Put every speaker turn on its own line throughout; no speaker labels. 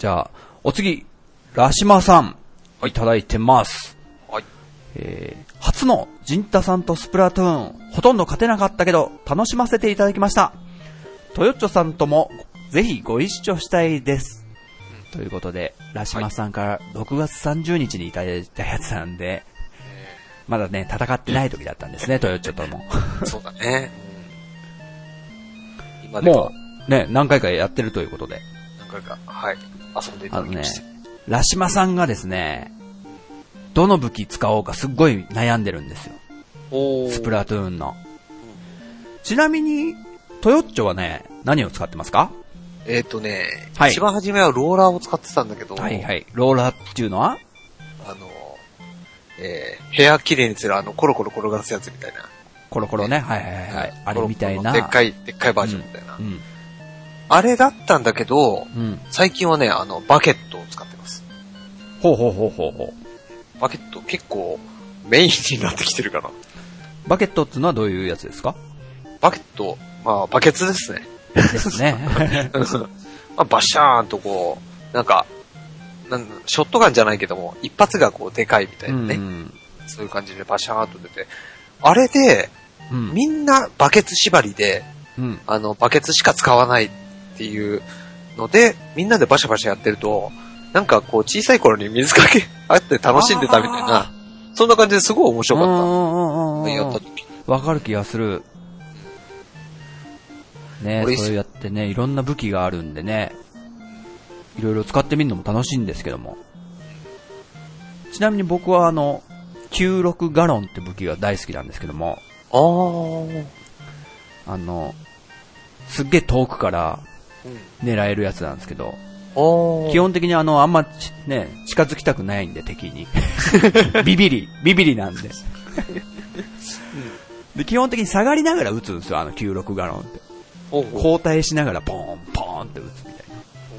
じゃあ、お次、ラシマさん、いただいてます。
はい。
初のジンタさんとスプラトゥーン、ほとんど勝てなかったけど、楽しませていただきました。トヨッチョさんとも、ぜひご一緒したいです。ということで、ラシマさんから6月30日にいただいたやつなんで、まだね、戦ってない時だったんですね、トヨッチョとも。
そうだね。今でも
うね、何回かやってるということで。
何回か、はい。遊んでいただきました。
ラシマさんがですね、どの武器使おうかすっごい悩んでるんですよ。スプラトゥーンの。ちなみに、トヨッチョはね、何を使ってますか？
はい、一番初めはローラーを使ってたんだけど。
はいはい。ローラーっていうのは
部屋きれいにするコロコロ転がすやつみたいな。
コロコロね。はいはいはい。あれみたいな。
でっかいバージョンみたいな。あれだったんだけど、最近はね、バケットを使ってます。
ほう。
バケット結構メインになってきてるかな。
バケットってのはどういうやつですか？
バケット、まあ、バケツですね。
ですね。
まあ、バシャーンとこう、ショットガンじゃないけども、一発がこうでかいみたいなね。そういう感じでバシャーンと出て。あれで、みんなバケツ縛りで、バケツしか使わないっていうので、みんなでバシャバシャやってると、なんかこう小さい頃に水かけあって楽しんでたみたいな、そんな感じですごい面白かった。やった時。
わかる気がする。ね、そうやってね、いろんな武器があるんでね、いろいろ使ってみるのも楽しいんですけども。ちなみに僕は96ガロンって武器が大好きなんですけども。すっげえ遠くから狙えるやつなんですけど、基本的にあんまね、近づきたくないんで敵に。ビビリなんで。で、基本的に下がりながら撃つんですよ、96ガロンって。交代しながらポーンって撃つみたいな。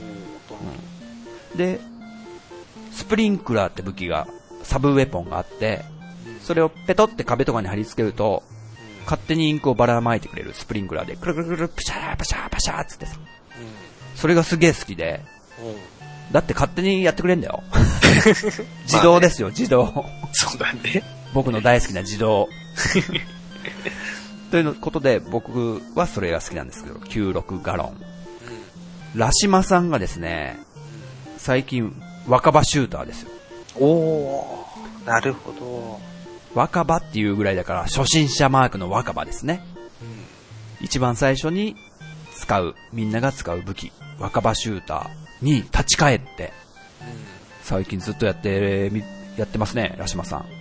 で、スプリンクラーって武器が、サブウェポンがあって、それをペトって壁とかに貼り付けると、勝手にインクをばらまいてくれるスプリンクラーで、くるくるくる、プシャーパシャーパシャーっつってさ。それがすげえ好きで、だって勝手にやってくれんだよ。自動ですよ、自動。
そうだね。
僕の大好きな自動。ということで、僕はそれが好きなんですけど、96ガロン。ラシマさんがですね、最近、若葉シューターですよ。
なるほど。
若葉っていうぐらいだから、初心者マークの若葉ですね。一番最初に使う、みんなが使う武器、若葉シューターに立ち返って、最近ずっとやってますね、ラシマさん。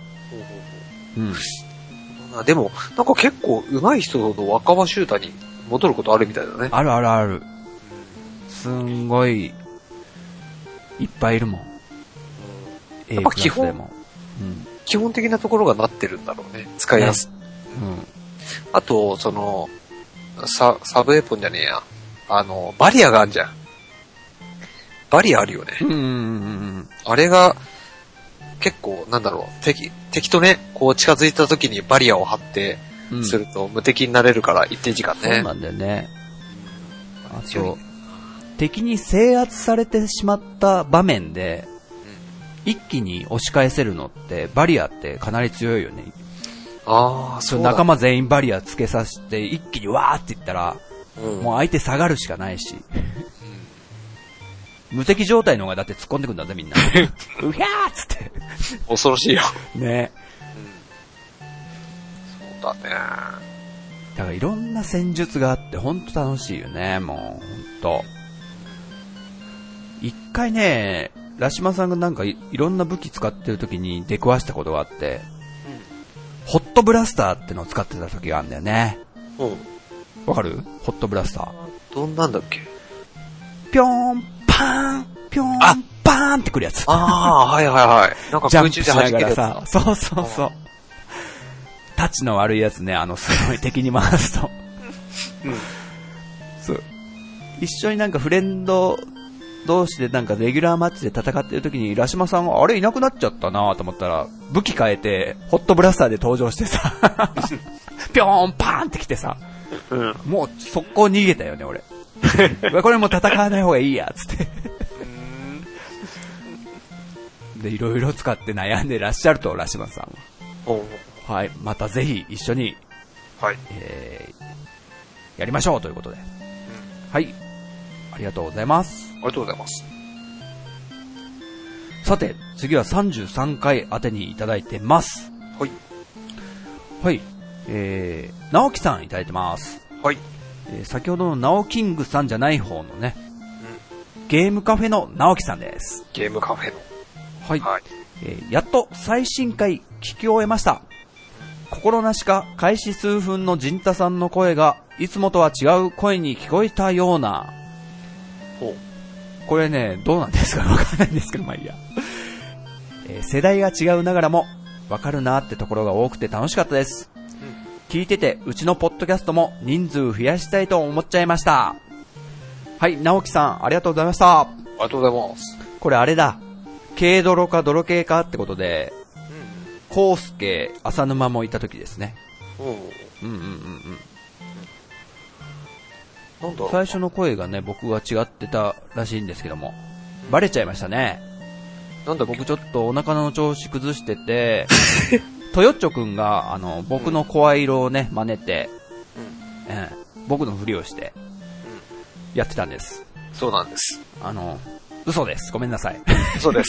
でも、なんか結構上手い人の若葉シューターに戻ることあるみたいだね。
ある。すんごい、いっぱいいるもん。
やっぱ基本的なところがなってるんだろうね。使いやすい。あと、サブエポンじゃねえや。バリアがあるじゃん。バリアあるよね。あれが、結構、敵とね、こう近づいた時にバリアを張って、すると無敵になれるから一定時間ね。
そうなんだよね。あと、敵に制圧されてしまった場面で、一気に押し返せるのって、バリアってかなり強いよね。そうだ。仲間全員バリアつけさせて、一気にわーっていったら、もう相手下がるしかないし。無敵状態の方がだって突っ込んでくんだぜみんな。うひゃーっつって。
恐ろしいよ。
ね。
そうだね。
だからいろんな戦術があってほんと楽しいよね、もうほんと。一回ね、ラシマさんがなんかいろんな武器使ってる時に出くわしたことがあって、ホットブラスターってのを使ってた時があるんだよね。わかる？ホットブラスター。
どんなんだっけ？
ぴょーん、パーン、ぴょーん、パーンってくるやつ。
はい。なんか空中で弾けるやつ。
そう。タッチの悪いやつね、すごい敵に回すと。そう。一緒になんかフレンド同士でなんかレギュラーマッチで戦ってる時にラシマさんがあれいなくなっちゃったなと思ったら武器変えてホットブラスターで登場してさピョーンパーンって来てさ、もう速攻逃げたよね俺。これもう戦わない方がいいやつってで、いろいろ使って悩んでらっしゃると、ラシマさんは。はい。またぜひ一緒に、
はい。
やりましょうということで。はい。ありがとうございます。
ありがとうございます。
さて、次は33回宛てにいただいてます。
はい。
はい。直樹さんいただいてます。
はい。
先ほどのナオキングさんじゃない方のね、ゲームカフェの直樹さんです。
ゲームカフェの。
はい。はい。やっと最新回聞き終えました。心なしか開始数分の陣太さんの声がいつもとは違う声に聞こえたような。これね、どうなんですかわかんないんですけど、まあいいや。世代が違うながらもわかるなってところが多くて楽しかったです。聞いててうちのポッドキャストも人数増やしたいと思っちゃいました。はい、直樹さんありがとうございました。
ありがとうございます。
これあれだ。軽泥か泥系かってことで、コウスケ、浅沼もいた時ですね。なんだろう。最初の声がね、僕は違ってたらしいんですけども、バレちゃいましたね。なんだ僕ちょっとお腹の調子崩してて、トヨッチョくんが僕の声色をね真似て、僕のふりをしてやってたんです。
そうなんです。
嘘です。ごめんなさい。
嘘です。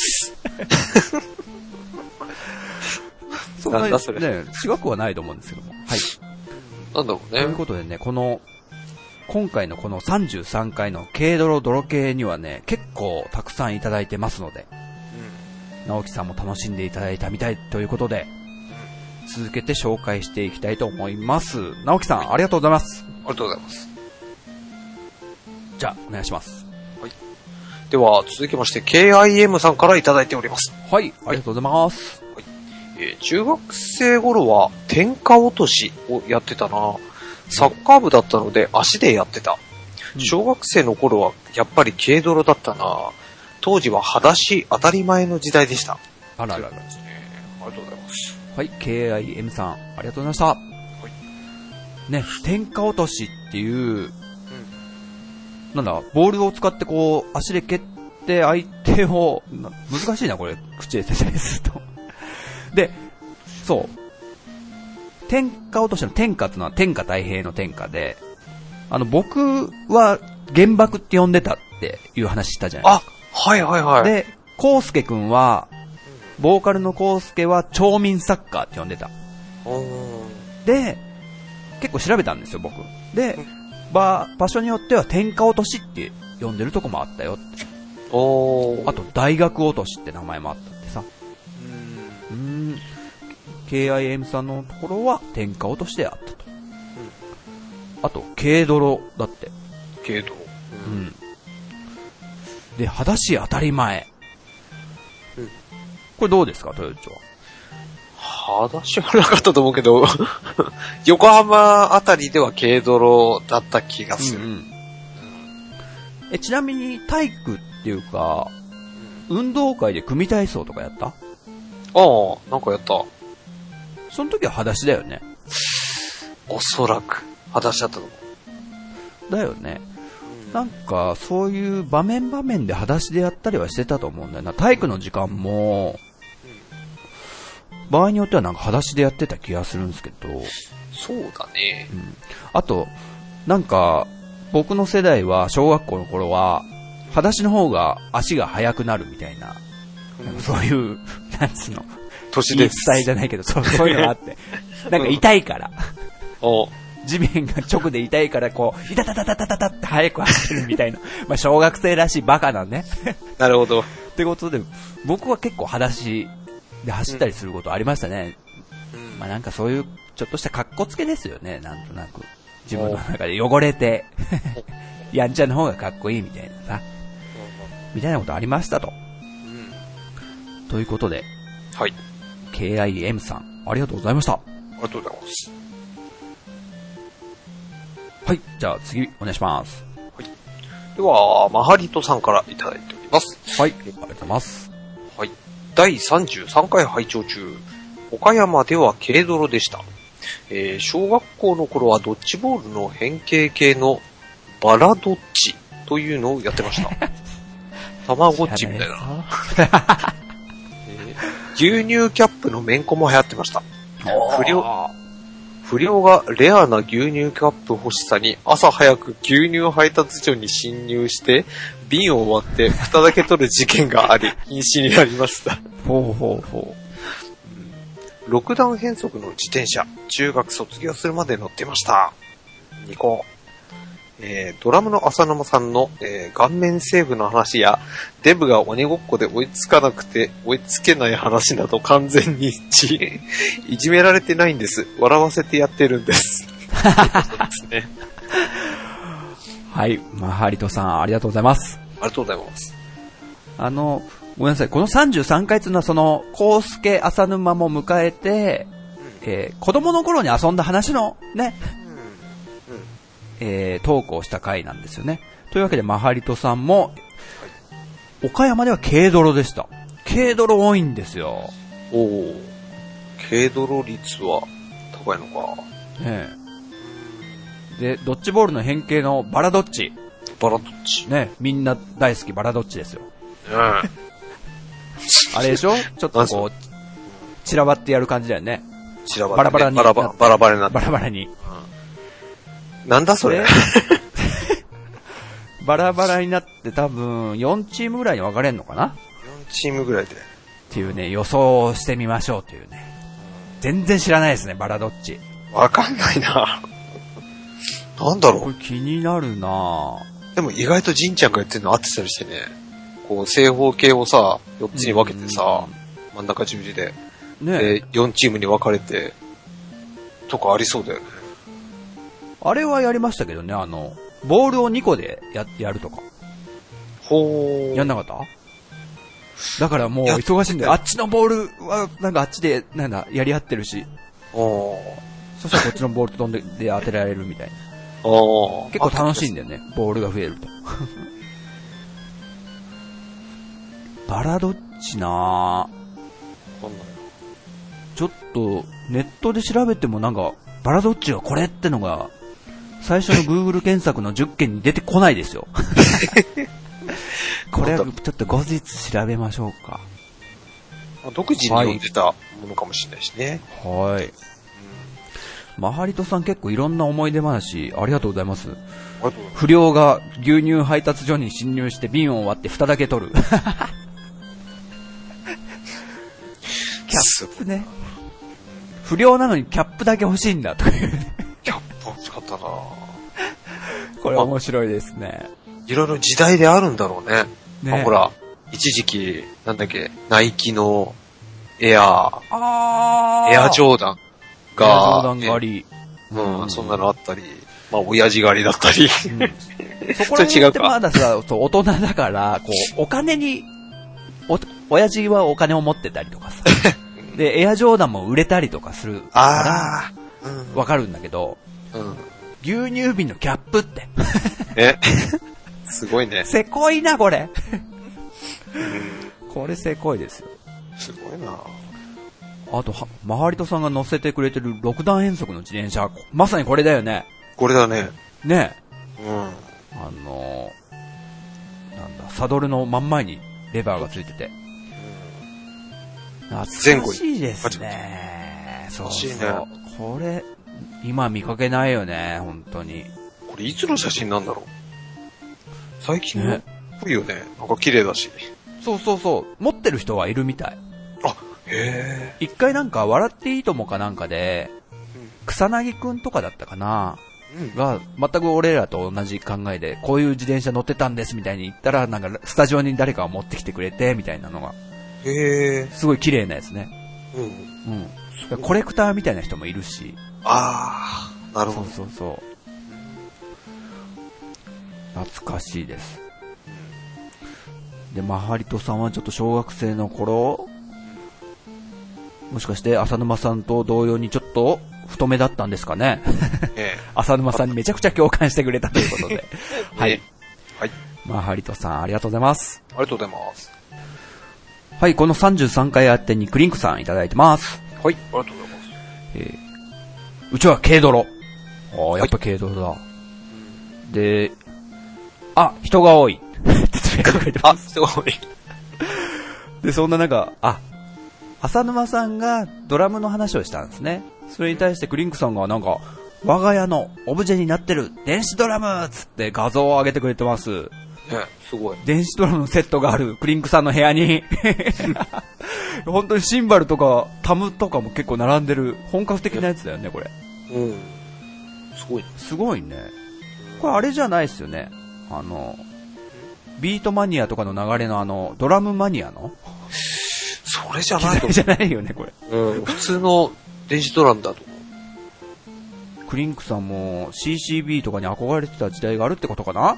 なんだそれ。ね、違くはないと思うんですけども。はい。
なんだろうね。
ということでね、今回のこの33回の軽泥泥系にはね、結構たくさんいただいてますので、直樹さんも楽しんでいただいたみたいということで、続けて紹介していきたいと思います。直樹さん、ありがとうございます。
ありがとうございます。
じゃあ、お願いします。
はい。では、続きまして、KIM さんからいただいております。
はい、ありがとうございます。
はい。中学生頃は、天下落としをやってたな。サッカー部だったので、足でやってた。小学生の頃は、やっぱり軽泥だったな。当時は裸足当たり前の時代でした。
あららら。
ありがとうございます。
はい、KIM さん、ありがとうございました。はい。ね、天下落としっていう、なんだ、ボールを使ってこう、足で蹴って相手を、難しいな、これ、口で説明すると。で、そう。天下落としの天下ってのは天下太平の天下で、僕は原爆って呼んでたっていう話したじゃないですか。
あ、はいはいはい。
で、コウスケくんは、ボーカルのコウスケは町民サッカーって呼んでた。で、結構調べたんですよ、僕。で、場所によっては天下落としって呼んでるとこもあったよって。あと、大学落としって名前もあったってさ。KIM さんのところは天下落としであったと。あと、軽泥だって。
軽泥。
で、裸足当たり前。これどうですか、トヨッチョ
は。裸足はなかったと思うけど、横浜あたりでは軽泥だった気がする。
ちなみに体育っていうか、運動会で組体操とかやった？
ああ、なんかやった。
その時は裸足だよね。
おそらく裸足だったと思
う。だよね。なんかそういう場面で裸足でやったりはしてたと思うんだよな。体育の時間も、場合によってはなんか裸足でやってた気がするんですけど。
そうだね。
あとなんか僕の世代は小学校の頃は裸足の方が足が速くなるみたいな、なんかそういうなんつうの。
年です。
言い伝えじゃないけど、そういうのがあって。なんか痛いから。地面が直で痛いから、こう、いたたたたたたたって早く走るみたいな。まあ、小学生らしいバカなね。
なるほど。
ってことで、僕は結構裸足で走ったりすることありましたね。まあ、なんかそういう、ちょっとした格好つけですよね、なんとなく。自分の中で汚れて、やんちゃの方がかっこいいみたいなさ。みたいなことありましたと。ということで。
はい。
KIM さん、ありがとうございました。
ありがとうございます。
はい、じゃあ次お願いします。
はい。では、マハリトさんからいただいております。
はい、ありがとうございます。
はい。第33回拝聴中、岡山では軽泥でした。小学校の頃はドッジボールの変形系のバラドッジというのをやってました。たまごっちみたいな。 牛乳キャップのめんこも流行ってました。不良がレアな牛乳キャップ欲しさに朝早く牛乳配達所に侵入して瓶を割って蓋だけ取る事件があり禁止になりました。
ほうほうほ
う。6段変速の自転車、中学卒業するまで乗ってました。2個。ドラムの浅沼さんの、顔面セーブの話やデブが鬼ごっこで追いつかなくて追いつけない話など完全にいじめられてないんです。笑わせてやってるんです。ですね。
はい、マハリトさんありがとうございます。
ありがとうございます。
ごめんなさい、この33回というのはそのコウスケ浅沼も迎えて、子供の頃に遊んだ話のね、トークをした回なんですよね。というわけでマハリトさんも、岡山では軽泥でした。軽泥多いんですよ。
おお、軽泥率は高いのか。
で、ドッジボールの変形のバラドッチ。
バラドッチ。
ね、みんな大好きバラドッチですよ。あれでしょ？ちょっとこう、散らばってやる感じだよね。
散らばって、ね、バラバラになって。
バラバラに。
なんだそれ
バラバラになって多分4チームぐらいに分かれるのかな
?4 チームぐらいで。
っていうね、予想をしてみましょうというね。全然知らないですね、バラどっち。
わかんないな。なんだろう。
これ気になるな。
でも意外とジンちゃんが言ってるの合ってたりしてね。こう正方形をさ、4つに分けてさ、真ん中十字で。ね。で、4チームに分かれて、とかありそうだよね。
あれはやりましたけどね、ボールを2個でやるとか。
ほー。
やんなかった？だからもう忙しいんだよ。あっちのボールは、なんかあっちで、なんだ、やり合ってるし。そしたらこっちのボールと飛んで当てられるみたいな。結構楽しいんだよね、ボールが増えると。バラどっちなぁ。ちょっと、ネットで調べてもなんか、バラどっちはこれってのが、最初の Google 検索の10件に出てこないですよ。これはちょっと後日調べましょうか。
独自に読んでたものかもしれないしね。
はい。マハリトさん結構いろんな思い出話ありがとうございます。不良が牛乳配達所に侵入して瓶を割って蓋だけ取る。キャップね。不良なのにキャップだけ欲しいんだとかいう。
キャップ欲しかったな。
これ面白いですね。
いろいろ時代であるんだろうね。ね、ほら、一時期、なんだっけ、ナイキのエアジョーダンが、
エアジョーダン狩り。
そんなのあったり、まあ、親父狩りだったり。そ
こら辺ってまださ、大人だから、こう、お金に、親父はお金を持ってたりとかさ。で、エアジョーダンも売れたりとかするから、わかるんだけど、牛乳瓶のキャップって。
すごいね。
せこいな、これ。これせこいですよ。
すごいな。
あと、マハリトさんが乗せてくれてる6段変速の自転車、まさにこれだよね。
これだね。
ねえ。なんだ、サドルの真ん前にレバーがついてて。懐かしいですね。そうそう。これ、今見かけないよね、本当に。
これいつの写真なんだろう。最近のっぽいよね。なんか綺麗だし。
そうそうそう。持ってる人はいるみたい。
あ、へ
ー。一回なんか、笑っていいともかなんかで、草薙くんとかだったかな、が、全く俺らと同じ考えで、こういう自転車乗ってたんですみたいに言ったら、なんか、スタジオに誰かが持ってきてくれて、みたいなのが。
へー。す
ごい綺麗なやつね。コレクターみたいな人もいるし。
あー、なるほど。
そうそうそう。懐かしいです。で、マハリトさんはちょっと小学生の頃、もしかして浅沼さんと同様にちょっと太めだったんですかね。浅沼さんにめちゃくちゃ共感してくれたということで。はい。
はい。
マハリトさんありがとうございます。
ありがとうございます。
はい、この33回あってにクリンクさんいただいてます。
はい、ありがとうございます。
うちは軽泥。やっぱ軽泥だ。で、人が多い。人が多い。
で、そんな
中、 浅沼さんがドラムの話をしたんですね。それに対してクリンクさんがなんか、我が家のオブジェになってる電子ドラムつって画像を上げてくれてます。
ね、すごい。
電子ドラムのセットがあるクリンクさんの部屋に本当にシンバルとかタムとかも結構並んでる本格的なやつだよね、これ。
うん。すごい。
すごいね。これあれじゃないですよね。ビートマニアとかの流れのドラムマニアの
それじゃないと思う。
じゃないよね、これ。
うん。普通の電子ドラムだと思う。
クリンクさんも CCB とかに憧れてた時代があるってことかな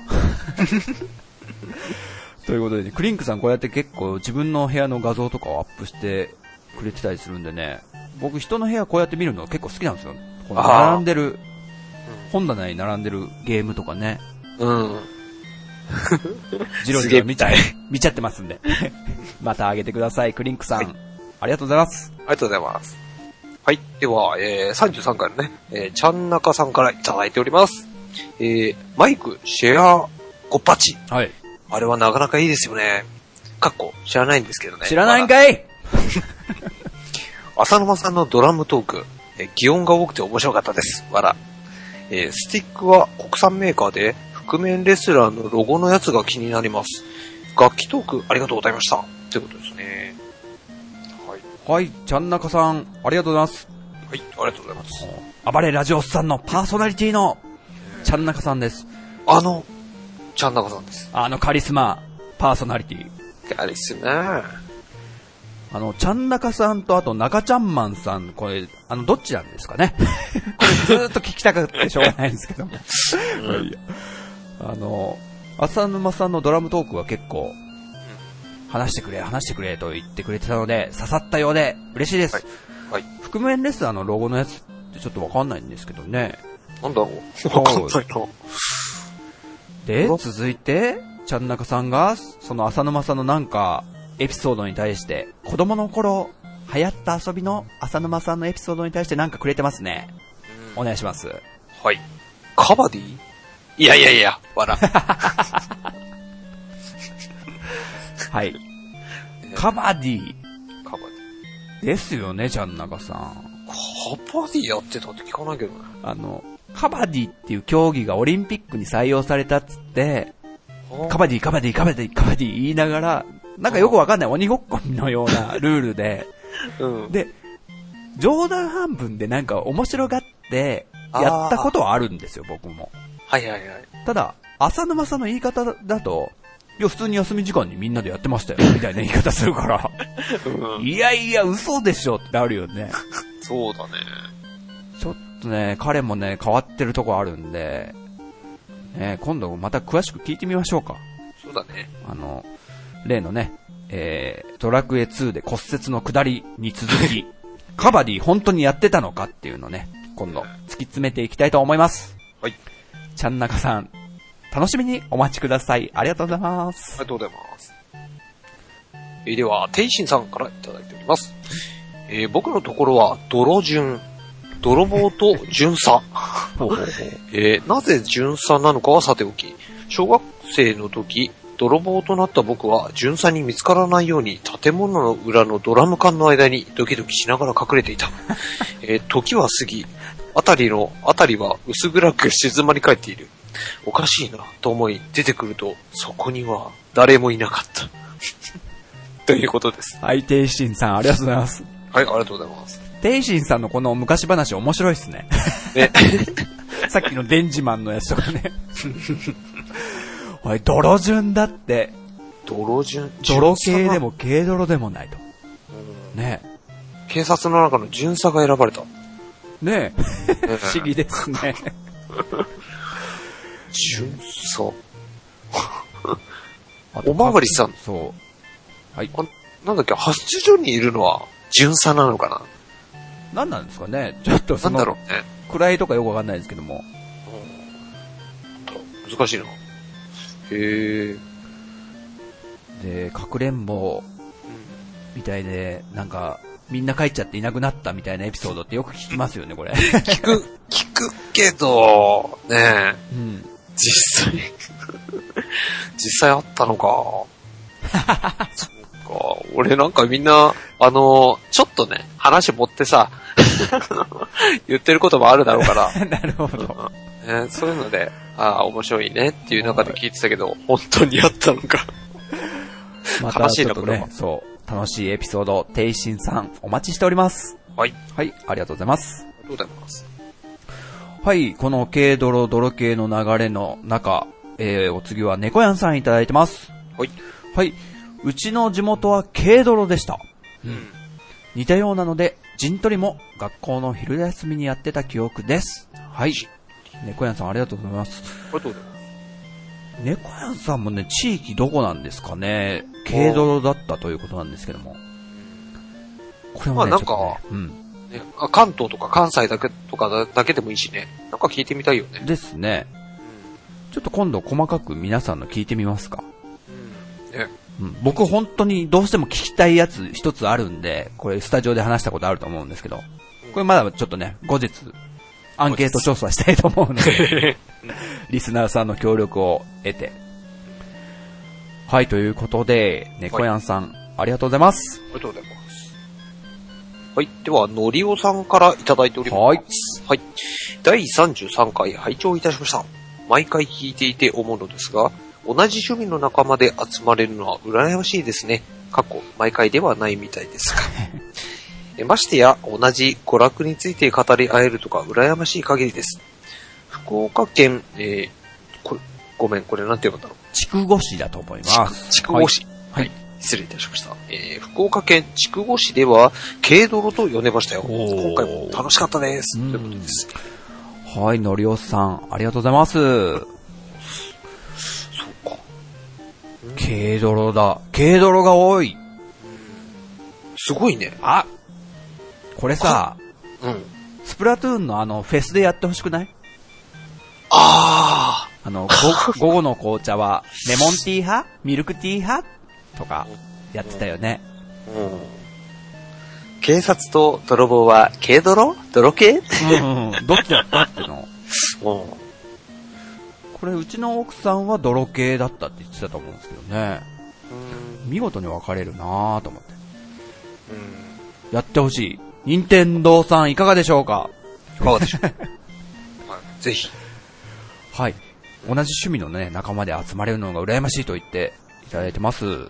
ということで、ね、クリンクさんこうやって結構自分の部屋の画像とかをアップしてくれてたりするんでね、僕人の部屋こうやって見るの結構好きなんですよ。この並んでる、本棚に並んでるゲームとかね。
うん。
ジロジロ見ちゃってますんで。また上げてください、クリンクさん。はい、ありがとうございます。
ありがとうございます。はい。では、33回のね、ちゃんなかさんからいただいております。マイクシェアゴッパチ。
はい。
あれはなかなかいいですよね。かっこ、知らないんですけどね。
知らないんかい
浅沼さんのドラムトーク、擬音が多くて面白かったです。わら。スティックは国産メーカーで、覆面レスラーのロゴのやつが気になります。楽器トークありがとうございました。ということですね。はい。
はい、ちゃんなかさん、ありがとうございます。
はい、ありがとうございます。
暴れラジオスさんのパーソナリティの、ちゃんなかさんです。
ちゃんなかさんです。
カリスマ、パーソナリティ。
カリスマ。
ちゃんなかさんとあと中ちゃんマンさん、これ、どっちなんですかねこれずーっと聞きたくてしょうがないんですけども。浅沼さんのドラムトークは結構、話してくれと言ってくれてたので、刺さったようで嬉しいです。はい。はい、覆面レスラーのロゴのやつってちょっとわかんないんですけどね。
なんだろうわかんないな。
で、続いて、ちゃんなかさんが、その浅沼さんのなんか、エピソードに対して、子供の頃、流行った遊びの浅沼さんのエピソードに対してなんかくれてますね。お願いします。
はい。カバディ？いや、笑。
はい。カバディ。ですよね、ちゃんなかさん。
カバディやってたって聞かないけどね。
カバディっていう競技がオリンピックに採用されたっつって、カバディ言いながら、なんかよくわかんない鬼ごっこのようなルールで、うん、で、冗談半分でなんか面白がってやったことはあるんですよ、僕も。
はい。
ただ、浅沼さんの言い方だと、いや、普通に休み時間にみんなでやってましたよ、みたいな言い方するから、うん、いや、嘘でしょってなるよね。
そうだね。
ちょっとね、彼もね、変わってるとこあるんで、ね、今度また詳しく聞いてみましょうか。
そうだね。
例のね、ドラクエ2で骨折の下りに続き、カバディ本当にやってたのかっていうのね、今度突き詰めていきたいと思います。はい。ちゃんなかさん、楽しみにお待ちください。ありがとうございます。
ありがとうございます。では、ていしんさんからいただいております。僕のところは、泥棒と巡査。なぜ巡査なのかはさておき、小学生の時、泥棒となった僕は巡査に見つからないように建物の裏のドラム缶の間にドキドキしながら隠れていた。時は過ぎ、辺りは薄暗く静まり返っている。おかしいなと思い出てくると、そこには誰もいなかった。ということです。
はい、ていしんさんありがとうございます。
はい、ありがとうございます。
ていしんさんのこの昔話面白いっすね。ねさっきのデンジマンのやつとかね。おい、泥順だって。泥系でも軽泥でもないと。ねえ。
警察の中の巡査が選ばれた。
ねえ。不思議ですね。
巡査。おまわりさん。
そう。はい。
なんだっけ、発出所にいるのは巡査なのかな？
何なんですかね。ちょっとその、なんだろうね。位とかよくわかんないですけども。
難しいな。へ
で、かくれんぼみたいで、なんか、みんな帰っちゃっていなくなったみたいなエピソードってよく聞きますよね、これ。
聞くけど、ねえ。うん。実際あったのか。そっか。 俺なんかみんな、ちょっとね、話持ってさ、言ってることもあるだろうから。
なるほど。
そういうので、面白いねっていう中で聞いてたけど、本当にやったのか。悲しいな、これは。
そう。楽しいエピソード、ていしんさん、お待ちしております。
はい。
はい、ありがとうございます。
ありがとうございます。
はい、この軽泥泥系の流れの中、お次は猫やんさんいただいてます。
はい。
はい。うちの地元は軽泥でした。
うん。
似たようなので、陣取りも学校の昼休みにやってた記憶です。はい。猫やんさんありがとうございます。
ありがとうございます。
猫やんさんもね、地域どこなんですかね。軽泥だったということなんですけども。これはね、
なんか、
ね、うん。
ね、関東とか関西だけとかだけでもいいしね。なんか聞いてみたいよね。
ですね。ちょっと今度細かく皆さんの聞いてみますか。
ね。
僕本当にどうしても聞きたいやつ一つあるんで、これスタジオで話したことあると思うんですけど、これまだちょっとね、後日、アンケート調査したいと思うので、リスナーさんの協力を得て。はい、ということで、猫やんさん、ありがとうございます。
ありがとうございます。はい、では、のりおさんからいただいております。
はい。
はい。第33回拝聴いたしました。毎回聞いていて思うのですが、同じ趣味の仲間で集まれるのは羨ましいですね。毎回ではないみたいですが。ましてや、同じ娯楽について語り合えるとか羨ましい限りです。福岡県、ごめん、これなんて読むんだろう。
筑後市だと思います。
筑後市。
はい。
失礼いたしました。福岡県筑後市では、軽泥と呼んでましたよ。今回も楽しかったです。ということです。
はい、のりおさん、ありがとうございます。そう
か。
軽泥だ。軽泥が多い。
すごいね。
あ、これさ、
うん。
スプラトゥーンのフェスでやってほしくない？午後の紅茶は、レモンティー派？ミルクティー派？とか、やってたよね。
うん。警察と泥棒は、軽泥？泥系？
どっちだったっての。
こ
れ、うちの奥さんは泥系だったって言ってたと思うんですけどね。見事に分かれるなぁと思って。やってほしい。任天堂さんいかがでしょうか？
いかがでしょうか？はい、ぜひ。
はい。同じ趣味のね、仲間で集まれるのが羨ましいと言っていただいてます。はい、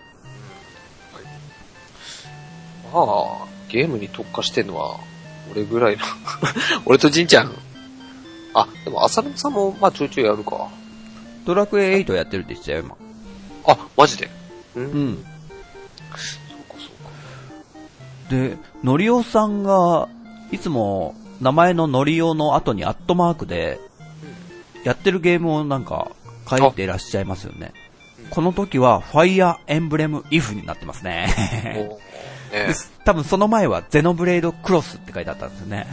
まあ、ゲームに特化してんのは、俺ぐらいの。俺とじんちゃん。でも、浅沼さんも、まあ、ちょいちょいやるか。
ドラクエ8やってるって言ってたよ、今。
マジで？
うん。そうか。で、のりおさんが、いつも、名前ののりおの後にアットマークで、やってるゲームをなんか、書いてらっしゃいますよね。この時は、ファイアーエンブレムイフになってますね。多分その前は、ゼノブレイドクロスって書いてあったんですよね。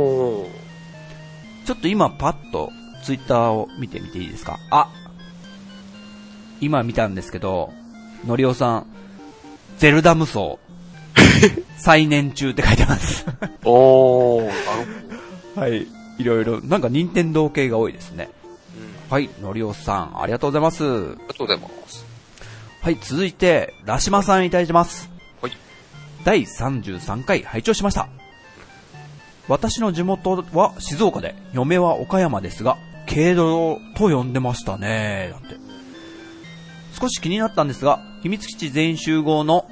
ちょっと今パッとツイッターを見てみていいですか？今見たんですけど、のりおさん、ゼルダ無双、最年中って書いてます。はい、いろいろ、なんか任天堂系が多いですね。はい、のりおさん、ありがとうございます。あ
りがとうございます。
はい、続いて、ラシマさんいただいてます。
はい。
第33回拝聴しました。私の地元は静岡で、嫁は岡山ですが、軽泥と呼んでましたね。だって。少し気になったんですが、秘密基地全員集合の、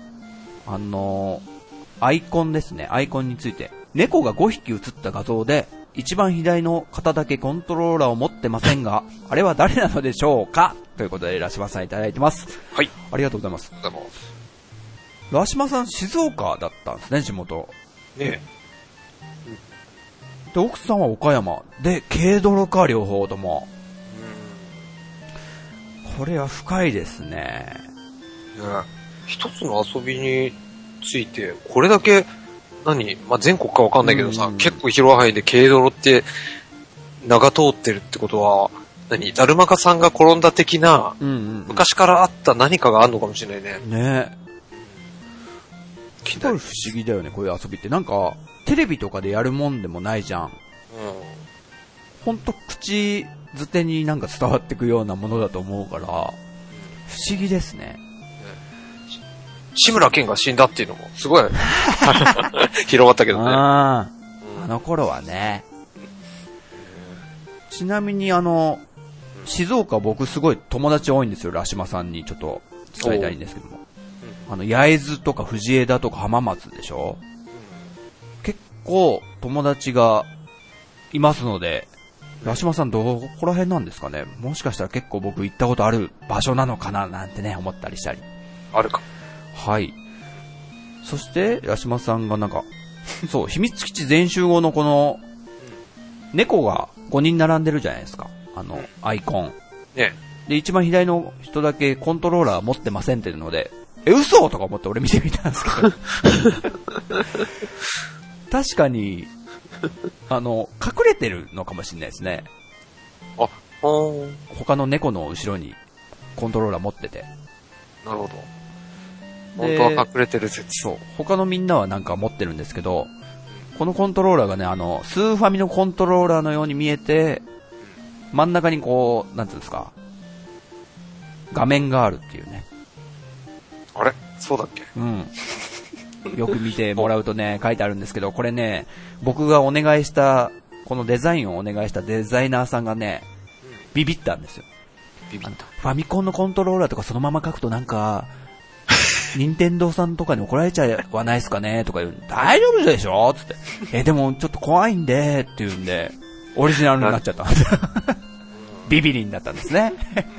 アイコンですね。アイコンについて。猫が5匹写った画像で、一番左の方だけコントローラーを持ってませんが、あれは誰なのでしょうか？ということで、ラシマさんいただいてます。
はい。
ありがとうございます。ラシマさん、静岡だったんですね、地元。
ね
で、奥さんは岡山。で、軽泥か、両方とも。これは深いですね。
一つの遊びについて、これだけ、全国かわかんないけどさ、結構広い範囲で軽泥って名が通ってるってことは、だるまかさんが転んだ的な、昔からあった何かがあるのかもしれないね。
ねえ。すごい不思議だよね、こういう遊びって。なんか、テレビとかでやるもんでもないじゃん。ほんと口づてになんか伝わってくようなものだと思うから、不思議ですね。
志村けんが死んだっていうのも、すごい、広まったけどね。
あの頃はね。ちなみに静岡僕すごい友達多いんですよ、ラシマさんにちょっと伝えたいんですけども。焼津とか藤枝とか浜松でしょ、結構友達がいますので、ラシマさんどこら辺なんですかね。もしかしたら結構僕行ったことある場所なのかななんてね、思ったりしたり。
あるか。
はい。そして、ラシマさんがなんか、そう、秘密基地全集合のこの、猫が5人並んでるじゃないですか。アイコン。
ね。
で、一番左の人だけコントローラー持ってませんっていうので、嘘とか思って俺見てみたんですけど。確かに、隠れてるのかもしれないですね。他の猫の後ろにコントローラー持ってて。
なるほど。本当は隠れてる説。
そう。他のみんなはなんか持ってるんですけど、このコントローラーがね、スーファミのコントローラーのように見えて、真ん中にこう、なんていうんですか、画面があるっていうね。
あれそうだっけ？
うん。よく見てもらうとね、書いてあるんですけど、これね、僕がお願いした、このデザインをお願いしたデザイナーさんがね、ビビったんですよ。
ビビった。
ファミコンのコントローラーとかそのまま書くとなんか、任天堂さんとかに怒られちゃわないですかねとか言う。大丈夫でしょつって。でもちょっと怖いんで、って言うんで、オリジナルになっちゃったんですよ。ビビリになったんですね。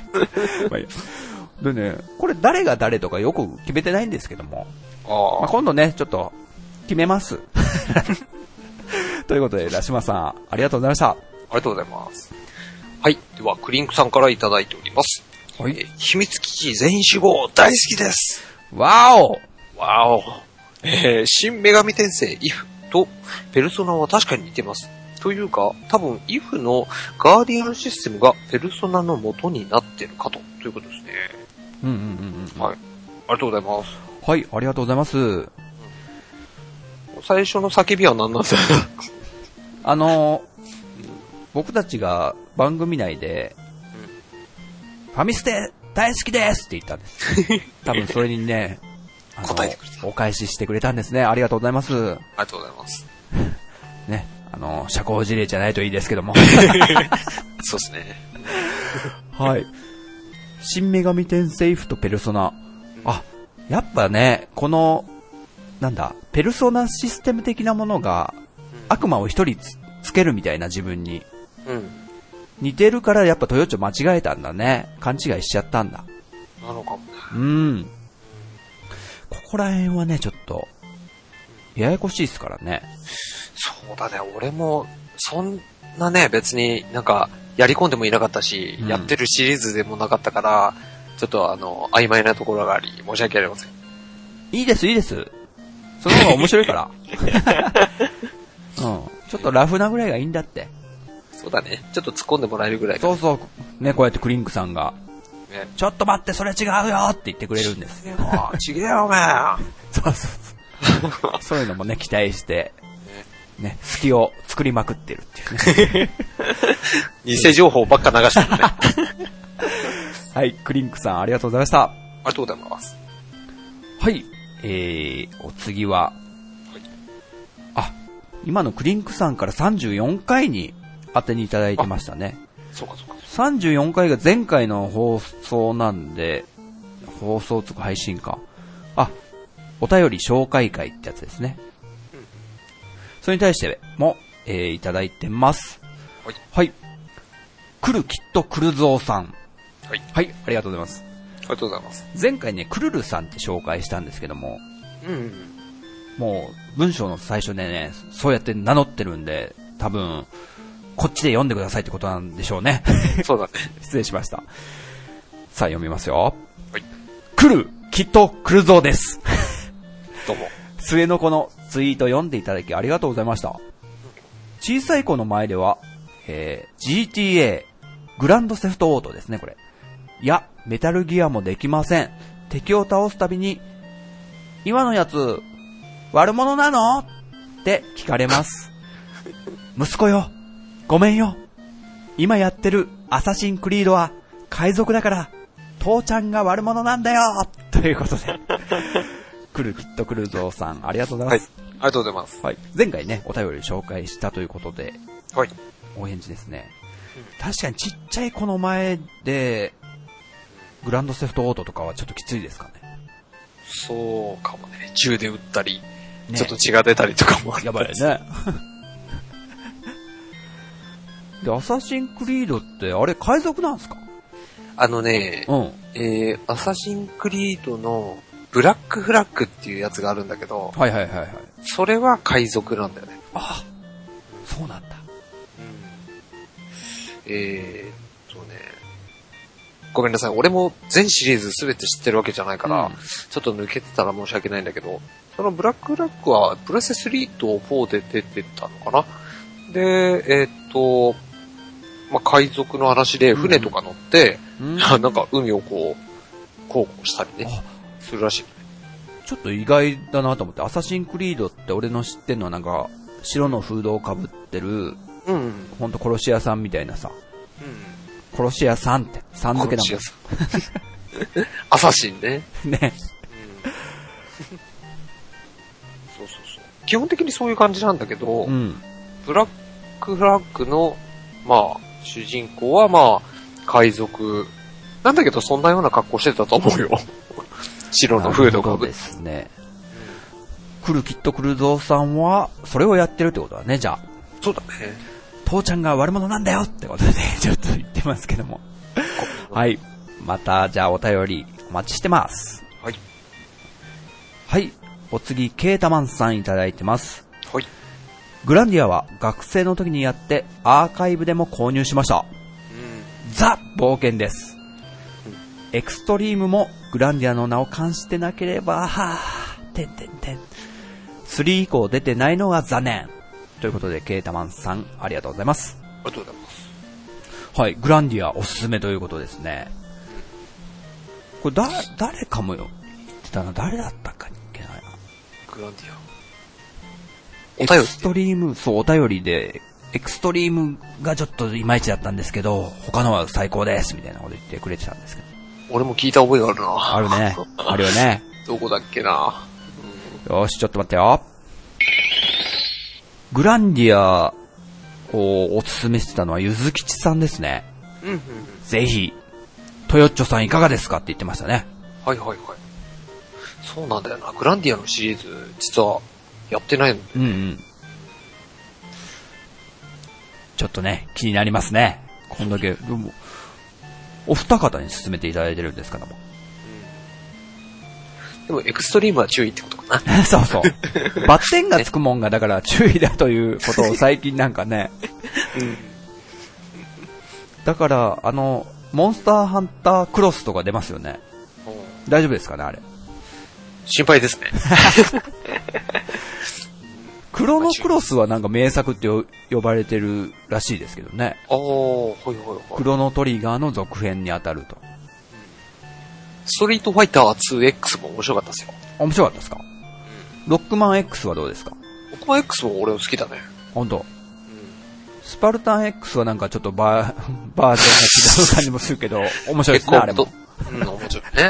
でね、これ誰が誰とかよく決めてないんですけども。今度ね、ちょっと、決めます。ということで、ラシマさん、ありがとうございました。
ありがとうございます。はい。では、クリンクさんからいただいております。
はい。
秘密基地全員集合大好きです。
わお
わお。新女神転生 IF とペルソナは確かに似てます。というか、多分 IF のガーディアンシステムがペルソナの元になってるかということですね。はい。ありがとうございます。
はい、ありがとうございます。
最初の叫びは何なんだろう。
僕たちが番組内で、ファミステ大好きですって言ったんです。多分それにね、
答えてくれた。
お返ししてくれたんですね。ありがとうございます。あり
がとうございます。
ね、社交辞令じゃないといいですけども。
そうですね。
はい。新女神転生IFとペルソナ。やっぱね、この、ペルソナシステム的なものが、悪魔を一人つけるみたいな自分に。似てるからやっぱトヨッチョ間違えたんだね。勘違いしちゃったんだ。
なのかもね。
ここら辺はね、ちょっと、ややこしいですからね。
そうだね、俺も、そんなね、別になんか、やり込んでもいなかったし、やってるシリーズでもなかったから、ちょっと曖昧なところがあり、申し訳ありません。
いいです、いいです。その方が面白いから。ちょっとラフなぐらいがいいんだって。
そうだね。ちょっと突っ込んでもらえるぐらい。
そうそう。ね、こうやってクリンクさんが、ね、ちょっと待って、それ違うよって言ってくれるんですよ。
違うよ、お前。
そうそうそう。そういうのもね、期待して、ね、隙を作りまくってるっていうね。
偽情報ばっか流してるね。
はい、クリンクさんありがとうございました。あ
りがとうございます。
はい、お次は、今のクリンクさんから34回に当てにいただいてましたね。
そうかそうか。
34回が前回の放送なんで、放送つく配信か。お便り紹介会ってやつですね。それに対しても、いただいてます。
はい。
はい。来るきっと来るぞうさん。
はい。
はい、ありがとうございます。
ありがとうございます。
前回ね、くるるさんって紹介したんですけども、もう、文章の最初でね、そうやって名乗ってるんで、多分、こっちで読んでくださいってことなんでしょうね。
そうだね。
失礼しました。さあ、読みますよ。
はい。
来る、きっと来るぞです。
どうも。
末の子のツイート読んでいただきありがとうございました。小さい子の前では、GTA、グランドセフトオートですね、これ。いや、メタルギアもできません。敵を倒すたびに、今のやつ、悪者なのって聞かれます。息子よ、ごめんよ。今やってるアサシンクリードは海賊だから、父ちゃんが悪者なんだよということで。 クルキットクルゾーさん、ありがとうございます。
はい。ありがとうございます。
はい。前回ね、お便り紹介したということで、
はい。
お返事ですね。確かにちっちゃい子の前で、グランドセフトオートとかはちょっときついですかね。
そうかもね。銃で撃ったり、ね、ちょっと血が出たりとかもある。
やばいね。で、アサシンクリードって、あれ、海賊なんですか？
うん。アサシンクリードのブラックフラッグっていうやつがあるんだけど、
はいはいはいはい。
それは海賊なんだよね。
あ、そうなんだ。
ごめんなさい。俺も全シリーズすべて知ってるわけじゃないから、ちょっと抜けてたら申し訳ないんだけど、そのブラックフラッグはプレステ3と4で出てたのかな。で、まあ、海賊の話で船とか乗って、なんか海をこう、航行したりね、するらしい。
ちょっと意外だなと思って、アサシンクリードって俺の知ってるのはなんか、白のフードをかぶってる、ほんと殺し屋さんみたいなさ、殺し屋さんって、さん付けだもん。
アサシンね。
ね。
そうそうそう。基本的にそういう感じなんだけど、ブラックフラッグの、まあ、主人公はまあ、海賊。なんだけど、そんなような格好してたと思うよ。白のフードかぶって。
ですね。クルキットクルゾーさんは、それをやってるってことだね、じゃあ。
そうだね。
父ちゃんが悪者なんだよってことで、ちょっと言ってますけども。はい。また、じゃあお便りお待ちしてます。
はい。
はい。お次、ケータマンさんいただいてます。
はい。
グランディアは学生の時にやってアーカイブでも購入しました。ザ・冒険です。エクストリームもグランディアの名を冠してなければ、3以降出てないのが残念。ということで、ケータマンさん、ありがとうございます。
ありがとうございます。
はい、グランディアおすすめということですね。これ誰かもよ言ってたな。誰だったかにいけないな。
グランディア。
エクストリーム、そう、お便りで、エクストリームがちょっといまいちだったんですけど、他のは最高です、みたいなこと言ってくれてたんですけど。
俺も聞いた覚えがあるな。
あるね。あるよね。
どこだっけな。
よし、ちょっと待ってよ。グランディアをおすすめしてたのはゆずきちさんですね。ぜひ、トヨッチョさんいかがですかって言ってましたね。
はいはいはい。そうなんだよな。グランディアのシリーズ、実はやってないので。
ちょっとね、気になりますね。こんだけ、でも、お二方に勧めていただいてるんですからも。
でもエクストリームは注意ってことかな。
そうそう。バッテンがつくもんがだから注意だということを最近なんかね。だから、モンスターハンタークロスとか出ますよね。大丈夫ですかね、あれ。
心配ですね。
クロノクロスはなんか名作って呼ばれてるらしいですけどね。クロノトリガーの続編に当たると。
ストリートファイター 2X も面白かったですよ。
面白かったですか？ロックマン X はどうですか？
ロックマン X も俺好きだね。
本当。スパルタン X はなんかちょっとバージョンが違う感じもするけど、面白いですね、あれも。
面白いね。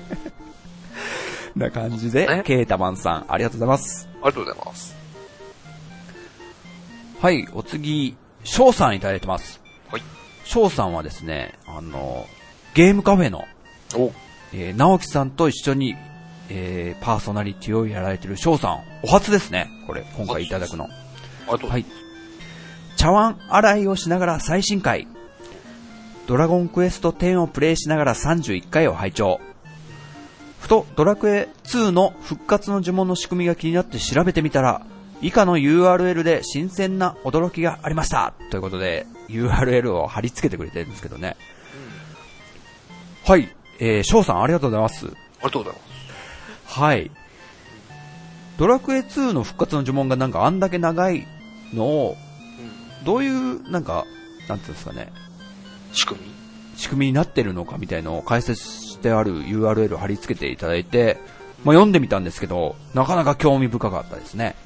な感じで、ケータマンさん、ありがとうございます。
ありがとうございます。
はい、お次、翔さんいただいてます。
はい。
翔さんはですね、ゲームカフェの、直樹さんと一緒に、パーソナリティをやられてる翔さん、お初ですね、これ、今回いただくの。はい。茶碗洗いをしながら最新回、ドラゴンクエスト10をプレイしながら31回を拝聴。ふとドラクエ2の復活の呪文の仕組みが気になって調べてみたら、以下の URL で新鮮な驚きがありました。ということで、URL を貼り付けてくれてるんですけどね。はい。翔さんありがとうございます。
ありがとうございます。
はい。ドラクエ2の復活の呪文がなんかあんだけ長いのを、どういう、なんか、なんていうんですかね。
仕組
みになってるのかみたいのを解説してある URL を貼り付けていただいて、まあ、読んでみたんですけど、なかなか興味深かったですね。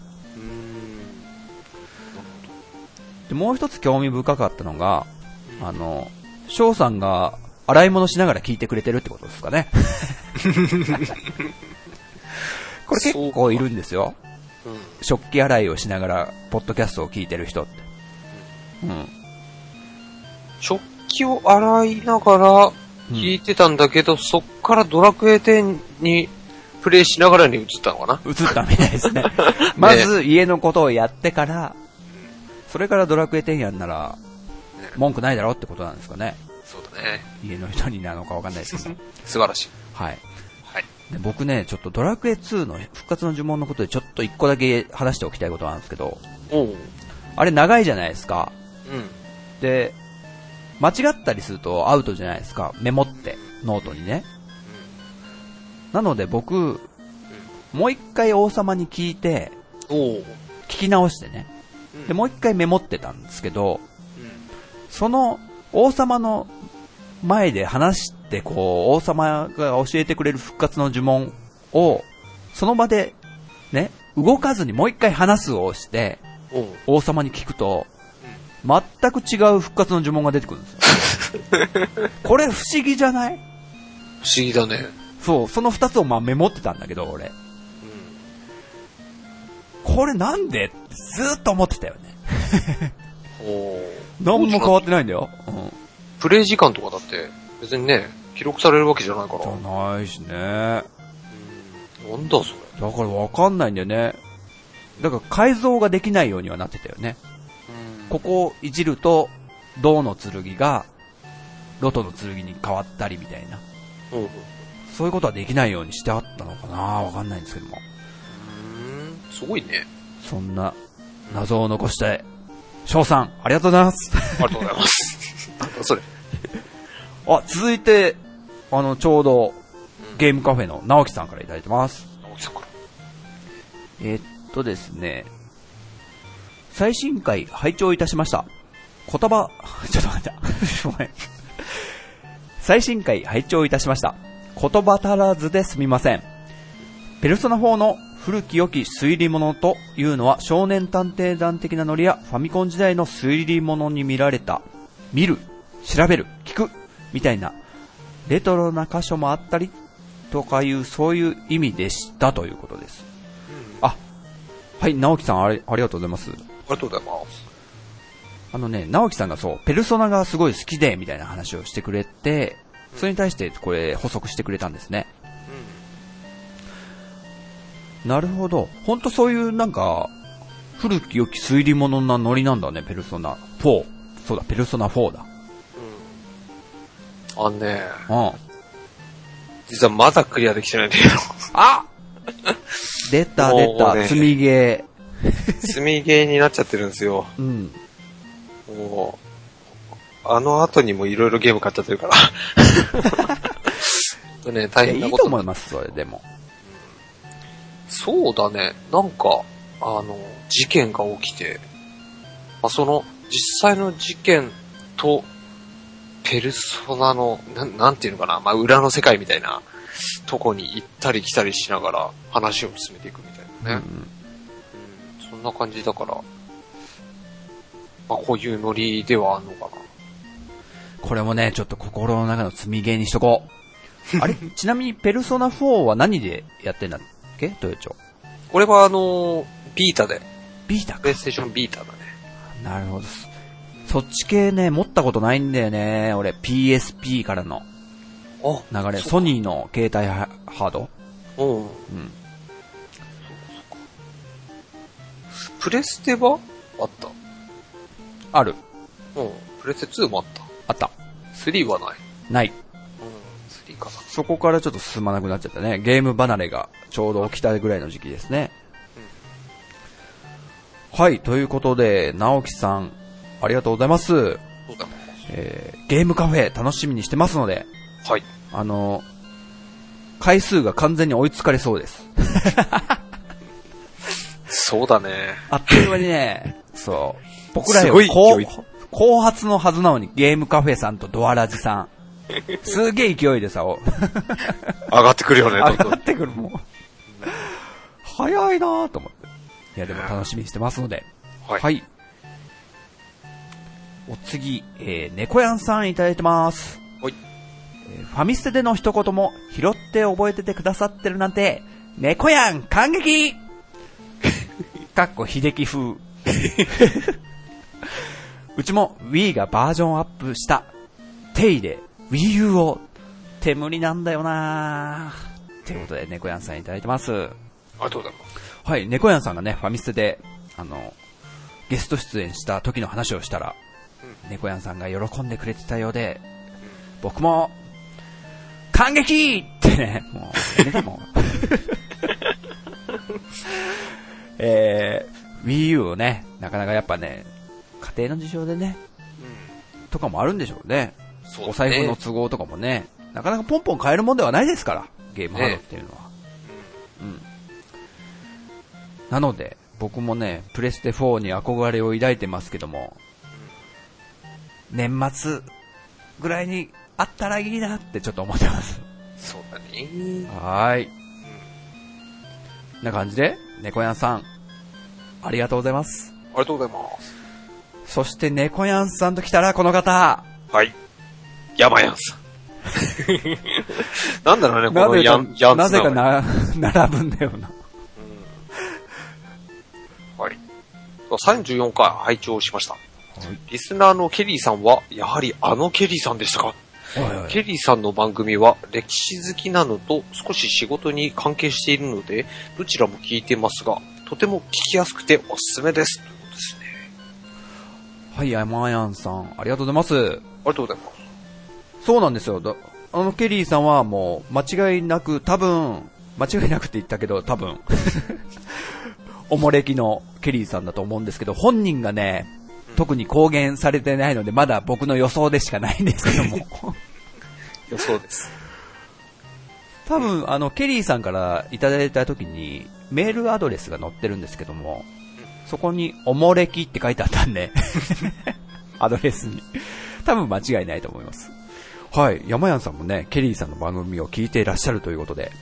で、もう一つ興味深かったのが、翔さんが洗い物しながら聞いてくれてるってことですかね。 これ結構いるんですよ。
うん、
食器洗いをしながら、ポッドキャストを聞いてる人って。うん。
食器を洗いながら聞いてたんだけど、そっからドラクエ10にプレイしながらに移ったのかな？
移ったみたいですね。まず家のことをやってから、それからドラクエ10やんなら、文句ないだろうってことなんですかね。
そうだね。
家の人になのかわかんないですけど。
素晴らしい。
はい。
はい。
で僕ね、ちょっとドラクエ2の復活の呪文のことでちょっと一個だけ話しておきたいことなんですけど、あれ長いじゃないですか。
うん。
で、間違ったりするとアウトじゃないですか。メモって、ノートにね。なので僕、もう一回王様に聞いて、聞き直してね。で、もう一回メモってたんですけど、その王様の前で話して、こう、王様が教えてくれる復活の呪文を、その場で、ね、動かずにもう一回話すをして、王様に聞くと、全く違う復活の呪文が出てくるんですよ。これ不思議じゃない？
不思議だね。
そう、その二つをメモってたんだけど、俺。これなんでってずーっと思ってたよね。何も変わってないんだよ。
プレイ時間とかだって別にね、記録されるわけじゃないから。
じゃないしね。
なんだそれ。
だからわかんないんだよね。だから改造ができないようにはなってたよね。ここをいじると、銅の剣が、ロトの剣に変わったりみたいな。そういうことはできないようにしてあったのかな、わかんないんですけども。
すごいね。
そんな謎を残して、翔さん、ありがとうございます。
ありがとうございます。なんだそれ。
あ、続いて、ちょうど、ゲームカフェの直樹さんからいただいてます。
直樹さんから。
ですね、最新回拝聴いたしました。ちょっと待った。ごめん。最新回拝聴いたしました。言葉足らずですみません。ペルソナ4の古き良き推理物というのは少年探偵団的なノリやファミコン時代の推理物に見られた見る、調べる、聞くみたいなレトロな箇所もあったりとかいうそういう意味でしたということです。はい、直樹さんありがとうございます。
ありがとうございます。
直樹さんがそう、ペルソナがすごい好きでみたいな話をしてくれて、それに対してこれ補足してくれたんですね。なるほど。ほんとそういうなんか、古き良き推理物なノリなんだね、ペルソナ4。そうだ、ペルソナ4だ。
実はまだクリアできてないんだけど。
出た、積みゲ
ー。積みゲーになっちゃってるんですよ。もう、後にもいろいろゲーム買っちゃってるから。大変なこと。
いいと思います、それでも。
そうだね。なんか、事件が起きて、その、実際の事件と、ペルソナの、なんていうのかな、裏の世界みたいなとこに行ったり来たりしながら話を進めていくみたいなね。そんな感じだから、こういうノリではあんのかな。
これもね、ちょっと心の中の積みゲーにしとこう。あれちなみにペルソナ4は何でやってんだっけトヨチョ。
これはビータで。
ビータか。
プレイステーションビータだね。
なるほど。そっち系ね、持ったことないんだよね。俺、PSP からの流れ。ソニーの携帯ハード。
プレステはあった？
ある。
プレステ2もあった。
あった。
3はない。
ない。
3かな。
そこからちょっと進まなくなっちゃったね。ゲーム離れがちょうど起きたぐらいの時期ですね。はい、ということで、直樹さん、ありがとうございます。ゲームカフェ楽しみにしてますので、
はい。
回数が完全に追いつかれそうです。
そうだね。
あっという間にね、そう。僕らより後発のはずなのにゲームカフェさんとドアラジさん。すげえ勢いでさ、上
がってくるよね、
上がってくる、もう。早いなぁと思って。いや、でも楽しみにしてますので。はい。お次、猫やんさんいただいてます。
はい。
ファミステでの一言も拾って覚えててくださってるなんて、 猫やん感激かっこ秀樹風うちも Wii がバージョンアップした手入れ Wii U を手無理なんだよなーということで猫やんさんいただいてます。
ありがとうございます。
はい、猫やんさんがねファミステでゲスト出演した時の話をしたら、猫やんさんが喜んでくれてたようで、僕も感激ってね、もうやめたもんWii U をね、なかなかやっぱね、家庭の事情でね、とかもあるんでしょうね。そうね、お財布の都合とかもね、なかなかポンポン買えるもんではないですから、ゲームハードっていうのは。なので、僕もね、プレステ4に憧れを抱いてますけども、年末ぐらいにあったらいいなってちょっと思ってます。
そうだね。
はーい。な感じで、猫やんさん、ありがとうございます。
ありがとうございます。
そして猫やんさんと来たらこの方。
はい。山やんさん。なんだろうね、このやん
なぜか並ぶんだよな。
はい。34回拝聴しました。リスナーのケリーさんは、やはりあのケリーさんでしたか？ケリーさんの番組は歴史好きなのと少し仕事に関係しているので、どちらも聞いてますが、とても聞きやすくておすすめです。ということですね。
はい、山やんさん、ありがとうございます。
ありがとうございます。
そうなんですよ。ケリーさんはもう、間違いなくって言ったけど、多分、おもれきのケリーさんだと思うんですけど、本人がね、特に公言されてないので、まだ僕の予想でしかないんですけども。
予想です。
多分、ケリーさんからいただいた時に、メールアドレスが載ってるんですけども、そこに、おもれきって書いてあったんで、アドレスに。多分間違いないと思います。はい、山やんさんもね、ケリーさんの番組を聞いていらっしゃるということで、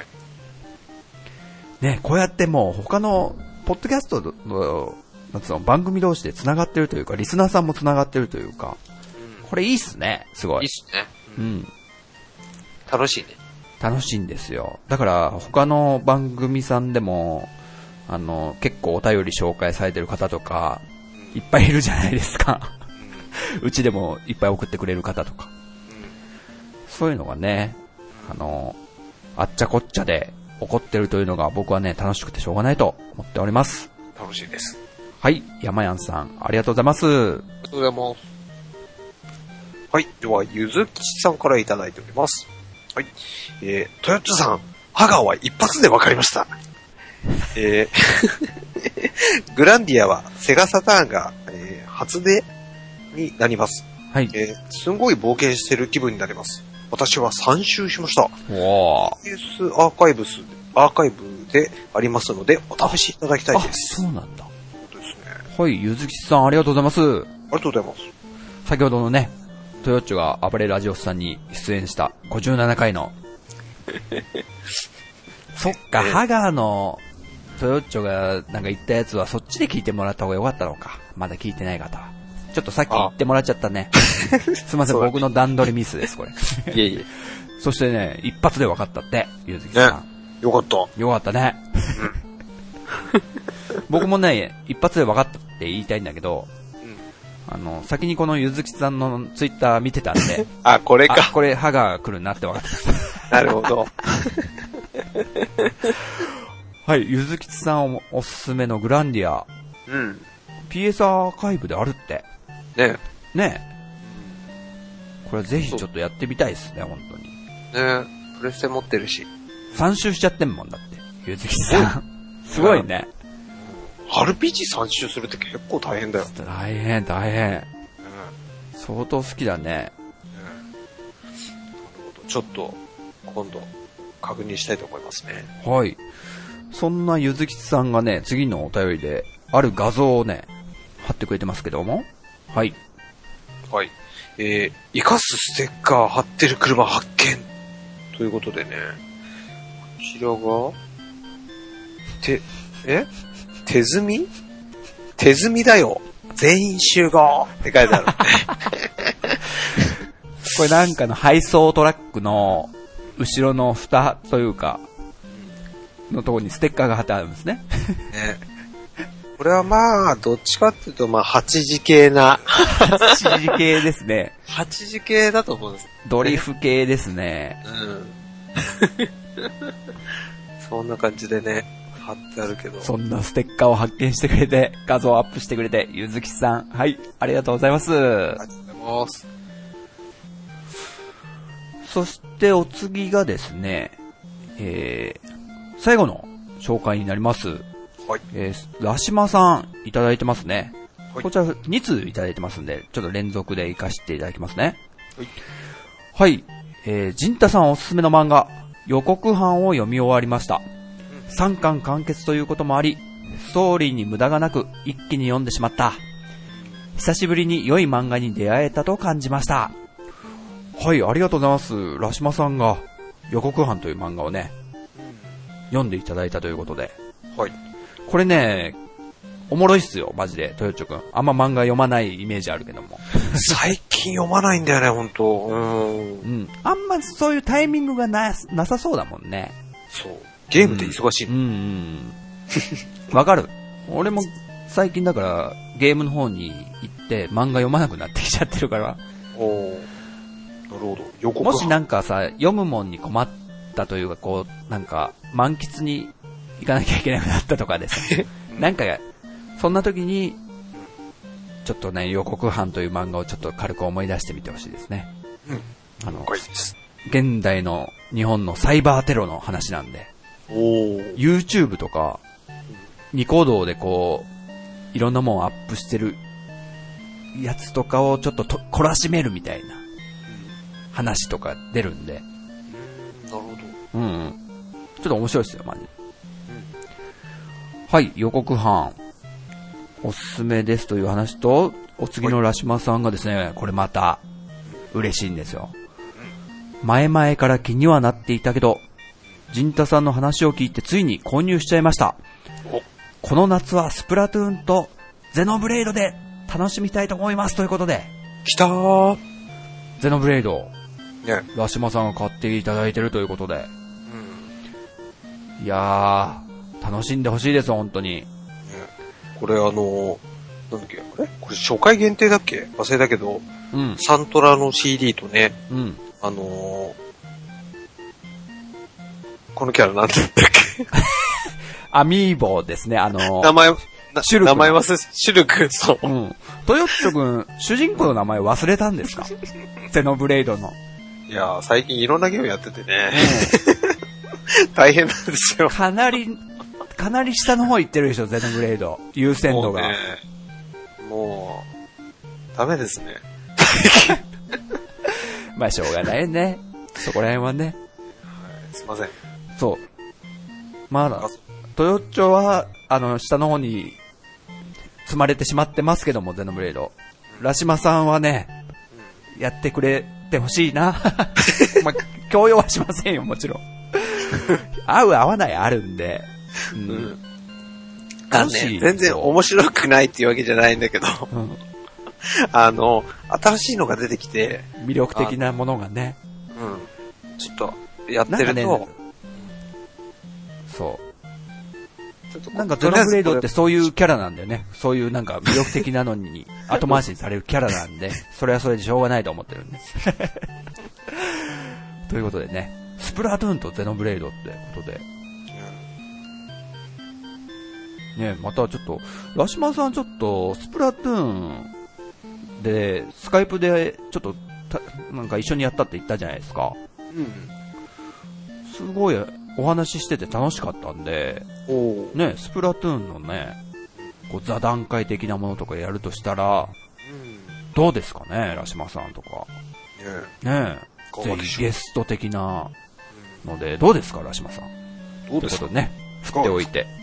ね、こうやってもう他のポッドキャストの番組同士で繋がってるというか、リスナーさんも繋がってるというか、これいいっすね、すごい。
いいっすね。
うん。
楽しいね。
楽しいんですよ。だから他の番組さんでも結構お便り紹介されてる方とかいっぱいいるじゃないですか。うちでもいっぱい送ってくれる方とか。そういうのがね、あっちゃこっちゃで起こってるというのが僕はね、楽しくてしょうがないと思っております。
楽しいです。
はい、山やんさん、ありがとうございます。
ありがとうございます。はい、では、ゆずきちさんからいただいております。はい、トヨッチョさん、ハガーは一発で分かりました。グランディアはセガサターンが、初出になります。
はい。
すんごい冒険してる気分になります。私は3周しました。
おー。
PS アーカイブでありますので、お試しいただきたいです。
そうなんだ。
そうですね。
はい、ゆずきさん、ありがとうございます。
ありがとうございます。
先ほどのね、トヨッチョが暴れラジオスさんに出演した57回のそっか、ハガーのトヨッチョがなんか言ったやつはそっちで聞いてもらった方がよかったのか。まだ聞いてない方は。ちょっとさっき言ってもらっちゃったね。すいません、僕の段取りミスです、これ。
いえいえ。
そしてね、一発で分かったって、ゆずきさん。
ね、よかった。
よかったね。僕もね、一発で分かったって言いたいんだけど、先にこのゆずきさんのツイッター見てたんで。
あ、これか。
これ、歯が来るなって分かった。
なるほど。
はい、ゆずきさんおすすめのグランディア。
うん。
PS アーカイブであるって。
ね
え。ねえ。これぜひちょっとやってみたいですね、本当に。
ねえ。プレステ持ってるし。
3周しちゃってんもんだって、ゆずきさん。すごいね。
RPG3 周するって結構大変だよ。
大変。相当好きだね。
ちょっと、今度、確認したいと思いますね。
はい。そんなゆずきさんがね、次のお便りで、ある画像をね、貼ってくれてますけども。はい。
はい。生かすステッカー貼ってる車発見ということでね、こちらが、手積みだよ。全員集合って書いてある。
これなんかの配送トラックの後ろの蓋というか、 のところにステッカーが貼ってあるんですね。
ね。これはまあ、どっちかっていうと、まあ、8時系な。
8時系ですね。
8時系だと思うんです。
ドリフ系ですね。
うん。そんな感じでね、貼ってあるけど。
そんなステッカーを発見してくれて、画像をアップしてくれて、ゆずきさん。はい、ありがとうございます。
ありがとうございます。
そしてお次がですね、最後の紹介になります。
はい。
ラシマさんいただいてますね。
はい、
こちら2通いただいてますんで、ちょっと連続で活かしていただきますね。
はい。
はい。ジンタさんおすすめの漫画、予告版を読み終わりました。3巻完結ということもあり、ストーリーに無駄がなく一気に読んでしまった。久しぶりに良い漫画に出会えたと感じました。はい、ありがとうございます。ラシマさんが予告版という漫画をね、読んでいただいたということで。
はい。
これね、おもろいっすよ、マジで、トヨッチョくん。あんま漫画読まないイメージあるけども。
最近読まないんだよね、ほんと。うん。
あんまそういうタイミングがなさそうだもんね。
そう。ゲームで忙しい
の。わかる。俺も最近だからゲームの方に行って漫画読まなくなってきちゃってるから。
おー。なるほど。予告。
もしなんかさ、読むもんに困ったというか、こう、なんか満喫に行かなきゃいけなくなったとかでさ、なんか、そんな時に、ちょっとね、予告版という漫画をちょっと軽く思い出してみてほしいですね。現代の日本のサイバーテロの話なんで、YouTube とか、ニコ動でこう、いろんなもんをアップしてるやつとかをちょっと懲らしめるみたいな話とか出るんで。
なるほ
ど。ちょっと面白いですよ、マジで。はい、予告版。おすすめですという話と、お次のラシマさんがですね、これまた、嬉しいんですよ。前々から気にはなっていたけど、ジンタさんの話を聞いてついに購入しちゃいました。この夏はスプラトゥーンとゼノブレイドで楽しみたいと思いますということで。
来たー。
ゼノブレイド。
ね。
ラシマさんが買っていただいてるということで。いやー、楽しんでほしいです、本当に。
これなんだっけ、これ初回限定だっけ忘れたけど、サントラの CD とね、このキャラなんて言ったっけ
アミーボですね、
名前忘れ、シルク、そう。
トヨッチョ君、主人公の名前忘れたんですかゼノブレイドの。
いやー、最近いろんなゲームやっててね。大変なんですよ。
かなり下の方行ってるでしょ、ゼノブレイド。優先度が。
もう、ダメですね。
まあ、しょうがないね。そこら辺はね。
すいません。
そう。まだ、トヨッチョは、下の方に積まれてしまってますけども、ゼノブレイド。ラシマさんはね、やってくれてほしいな。まあ、強要はしませんよ、もちろん。合う合わないあるんで。
全然面白くないっていうわけじゃないんだけど、新しいのが出てきて、
魅力的なものがね。
ちょっと、やってると、
そう。なんかゼノブレイドってそういうキャラなんだよね。そういうなんか魅力的なのに後回しにされるキャラなんで、それはそれでしょうがないと思ってるんで。ということでね、スプラトゥーンとゼノブレイドってことで。ね、またちょっと、ラシマさんちょっと、スプラトゥーンで、スカイプでちょっと、なんか一緒にやったって言ったじゃないですか。すごいお話ししてて楽しかったんで、ね、スプラトゥーンのね、こう座談会的なものとかやるとしたら、どうですかね、ラシマさんとか。ねえ、ぜひゲスト的なので、どうですか、ラシマさん。
どうですか。
ということでね、振っておいて。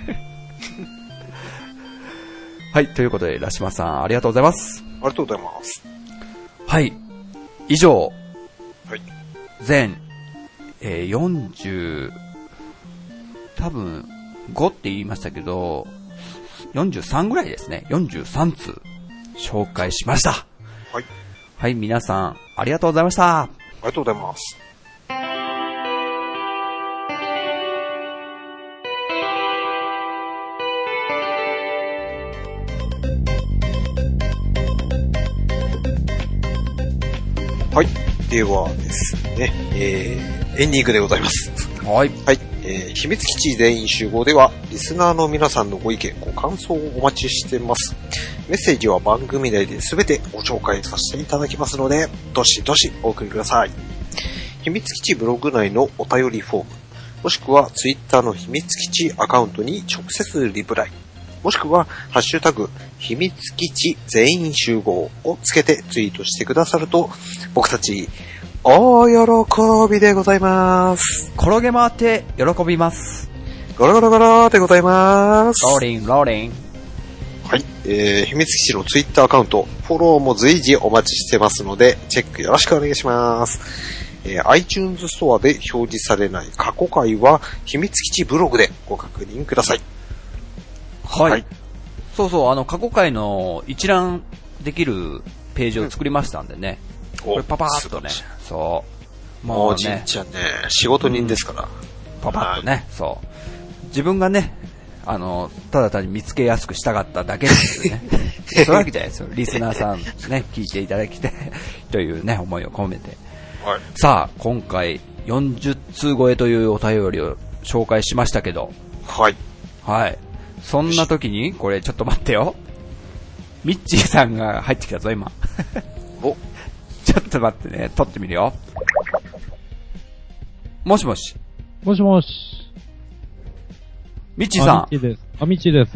はい、ということで、ラシマさん、ありがとうございます。
ありがとうございます。
はい、以上、
はい、
全、40、多分、5って言いましたけど、43ぐらいですね。43通、紹介しました。
はい。
はい、皆さん、ありがとうございました。
ありがとうございます。 はい。ではですね、エンディングでございます。
はい。
はい。秘密基地全員集合では、リスナーの皆さんのご意見、ご感想をお待ちしてます。メッセージは番組内で全てご紹介させていただきますので、どしどしお送りください。秘密基地ブログ内のお便りフォーム、もしくはツイッターの秘密基地アカウントに直接リプライ、もしくはハッシュタグ秘密基地全員集合をつけてツイートしてくださると、僕たち大喜びでございます。
転げ回って喜びます。
ゴロゴロゴロでございます。
ローリン、ローリン。
はい。秘密基地のツイッターアカウント、フォローも随時お待ちしてますので、チェックよろしくお願いします。iTunes ストアで表示されない過去回は、秘密基地ブログでご確認ください。
はい。はい、そうそう、過去回の一覧できるページを作りましたんでね。これパパーっとね。そう。
もうじんちゃんね、仕事人ですから。
パパッとね、そう。自分がね、ただ単に見つけやすくしたかっただけですよね。そういうわけじゃないですよ。リスナーさんね、聞いていただきたいというね、思いを込めて。はい、さあ、今回40通超えというお便りを紹介しましたけど。
はい。
はい。そんな時に、これちょっと待ってよ。ミッチーさんが入ってきたぞ、今。
お
ちょっと待ってね、撮ってみるよ。もしもし。
もしもし。
ミッチーさん。
ミッチーです。ミッチーです。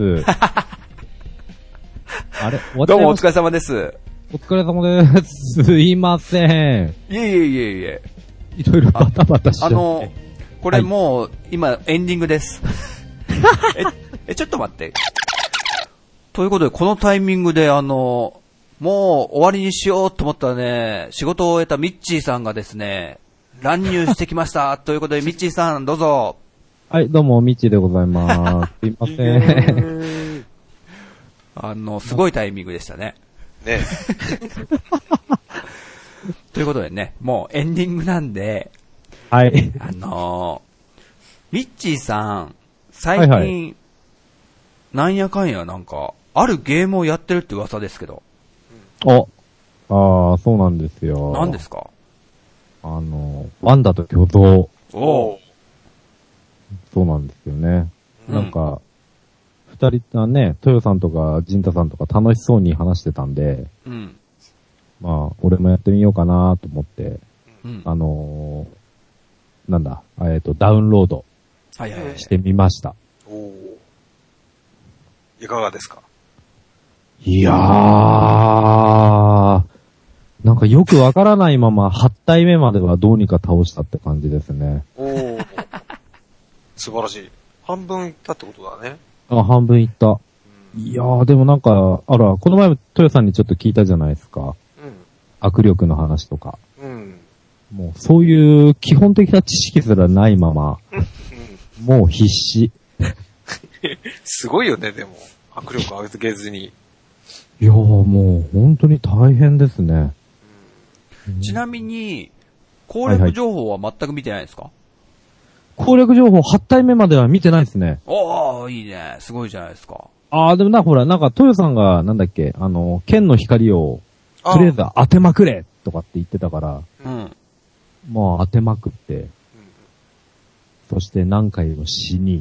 あれ
どうもお疲れ様です。
お疲れ様です。すいません。
いえ。
いろいろバタバタしちゃって。
これもう、今、エンディングです。ちょっと待って。ということで、このタイミングでもう終わりにしようと思ったらね、仕事を終えたミッチーさんがですね、乱入してきました。ということで、ミッチーさん、どうぞ。
はい、どうも、ミッチーでございます。すいませ
ん。すごいタイミングでしたね。
ね
ということでね、もうエンディングなんで、
はい。
ミッチーさん、最近、はいはい、なんやかんやなんか、あるゲームをやってるって噂ですけど。
そうなんですよ。
何ですか？
ワンダと巨像。
お。
そうなんですよね。なんか、二人はね、トヨさんとかジンタさんとか楽しそうに話してたんで、
うん。
まあ、俺もやってみようかなと思って、
うん、
なんだ、ダウンロードしてみました。
おー。いかがですか？
いやー、なんかよくわからないまま8体目まではどうにか倒したって感じですね。
おー。素晴らしい。半分いったってことだね。
半分いった。いやー、でもなんか、この前もトヨさんにちょっと聞いたじゃないですか。
うん。
握力の話とか。
うん。
もうそういう基本的な知識すらないまま、もう必死。
すごいよね、でも。握力上げずに。
いやーもう本当に大変ですね。
ちなみに、攻略情報は全く見てないですか？
攻略情報8体目までは見てないですね。
おー、いいね。すごいじゃないですか。
でもほら、なんか、トヨさんが、なんだっけ、剣の光を、とりあえず当てまくれとかって言ってたから、
うん。
まあ当てまくって、そして何回も死に、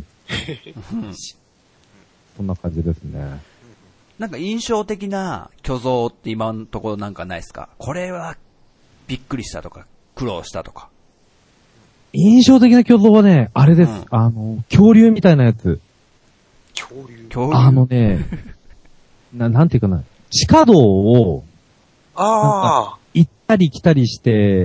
そんな感じですね。
なんか印象的な巨像って今のところなんかないですか？これはびっくりしたとか、苦労したとか。
印象的な巨像はね、あれです。恐竜みたいなやつ。
恐竜
なんていうかな、地下道を、行ったり来たりして、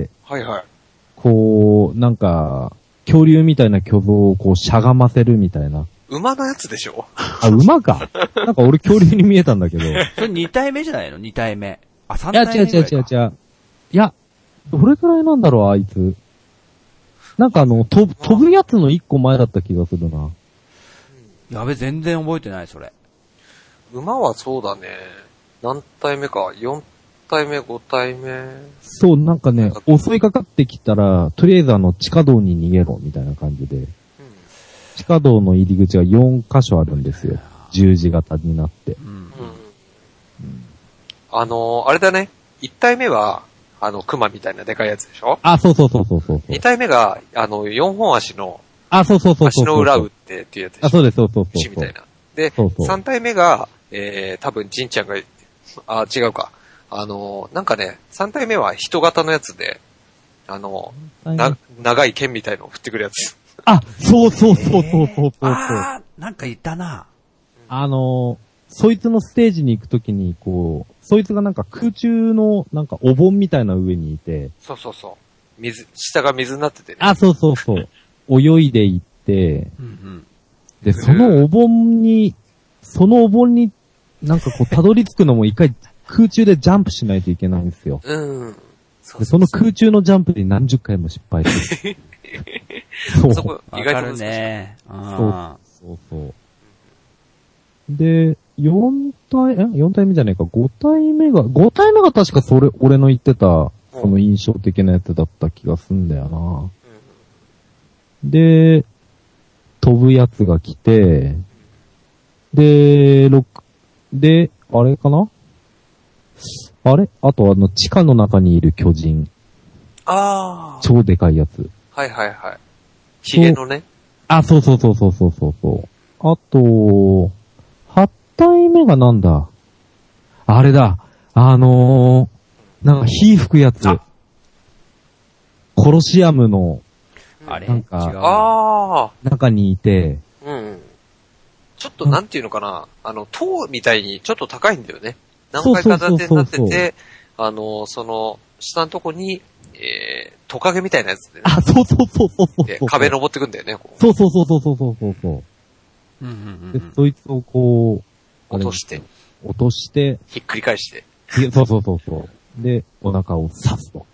はいはい。
こう、なんか、恐竜みたいな巨像をこうしゃがませるみたいな。
馬のやつでしょ？
馬か。なんか俺恐竜に見えたんだけど。
それ2体目じゃないの ?2 体目。3体目。
いや、違う。いや、どれくらいなんだろう、あいつ。なんか飛ぶやつの1個前だった気がするな。
やべ、全然覚えてない、それ。
馬はそうだね。何体目か。4体目、5体目。
そう、なんかね、襲いかかってきたら、とりあえず地下道に逃げろ、みたいな感じで。地下道の入り口が4箇所あるんですよ。十字型になって。
あれだね。1体目は、 熊みたいなでかいやつでしょ？
あ、そうそうそうそうそう。
2体目が、4本足の、
あ、そうそうそうそう。
足の裏打ってっていうやつでしょ？
あ、そうです、そうそうそう。
牛みたいな。で、
そうそう
3体目が、多分、ジンちゃんが、違うか。なんかね、3体目は人型のやつで、長い剣みたいのを振ってくるやつ。
あ、そうそうそうそうそうそう。
なんか言ったな。
そいつのステージに行くときに、こう、そいつがなんか空中のなんかお盆みたいな上にいて。
そうそうそう。下が水になっててね。
あ、そうそうそう。泳いでいって、
うんうん、
で、そのお盆になんかこう、たどり着くのも一回空中でジャンプしないといけないんですよ。
うん。
で、その空中のジャンプに何十回も失敗する。そう。
そこ、意外と難しい
ね。
そうそう。で、4体目じゃねえか、5体目が確か俺の言ってた、その印象的なやつだった気がすんだよな。で、飛ぶやつが来て、で、あれかな？あと地下の中にいる巨人。超でかいやつ。
はいはいはい。ヒゲのね。
あ、そうそうそうそうそうそう。あと、8体目がなんだ？あれだ。なんか火吹くやつ。コロシアムの、
あれ
なんか、中にいて、
うん。ちょっとなんていうのかな、塔みたいにちょっと高いんだよね。何階か建てになってて、その、下のとこに、トカゲみたいなやつでね。
あ、そうそうそうそうそう。
で、壁登ってくんだよね、
そうそうそうそうそうそうそう。
うんうんうん、
で、そいつをこう、
落として、
ひ
っくり返して。
そうそうそうそう。で、お腹を刺すと。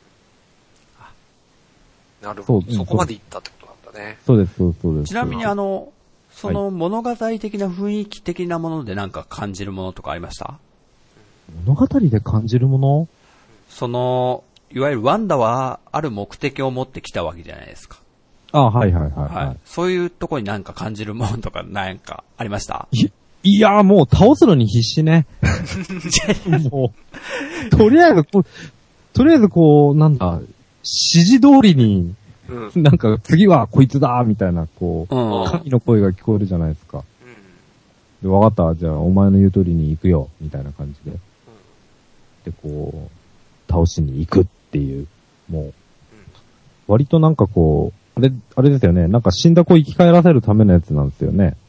なるほど。そこまで行ったってことなんだね。
そうです、そうです。
ちなみにその物語的な雰囲気的なものでなんか感じるものとかありました？
物語で感じるもの？
いわゆるワンダはある目的を持ってきたわけじゃないですか。
はいはいはい、はい。
そういうところになんか感じるものとかなんかありました？
いや、もう倒すのに必死ね。もう、とりあえずこう、なんだ、指示通りに、なんか次はこいつだみたいな、こう、神の声が聞こえるじゃないですか。で、わかった、じゃあお前の言う通りに行くよ、みたいな感じで。で、こう、倒しに行くっていう、もう、割となんかこう、あれですよね、なんか死んだ子生き返らせるためのやつなんですよね。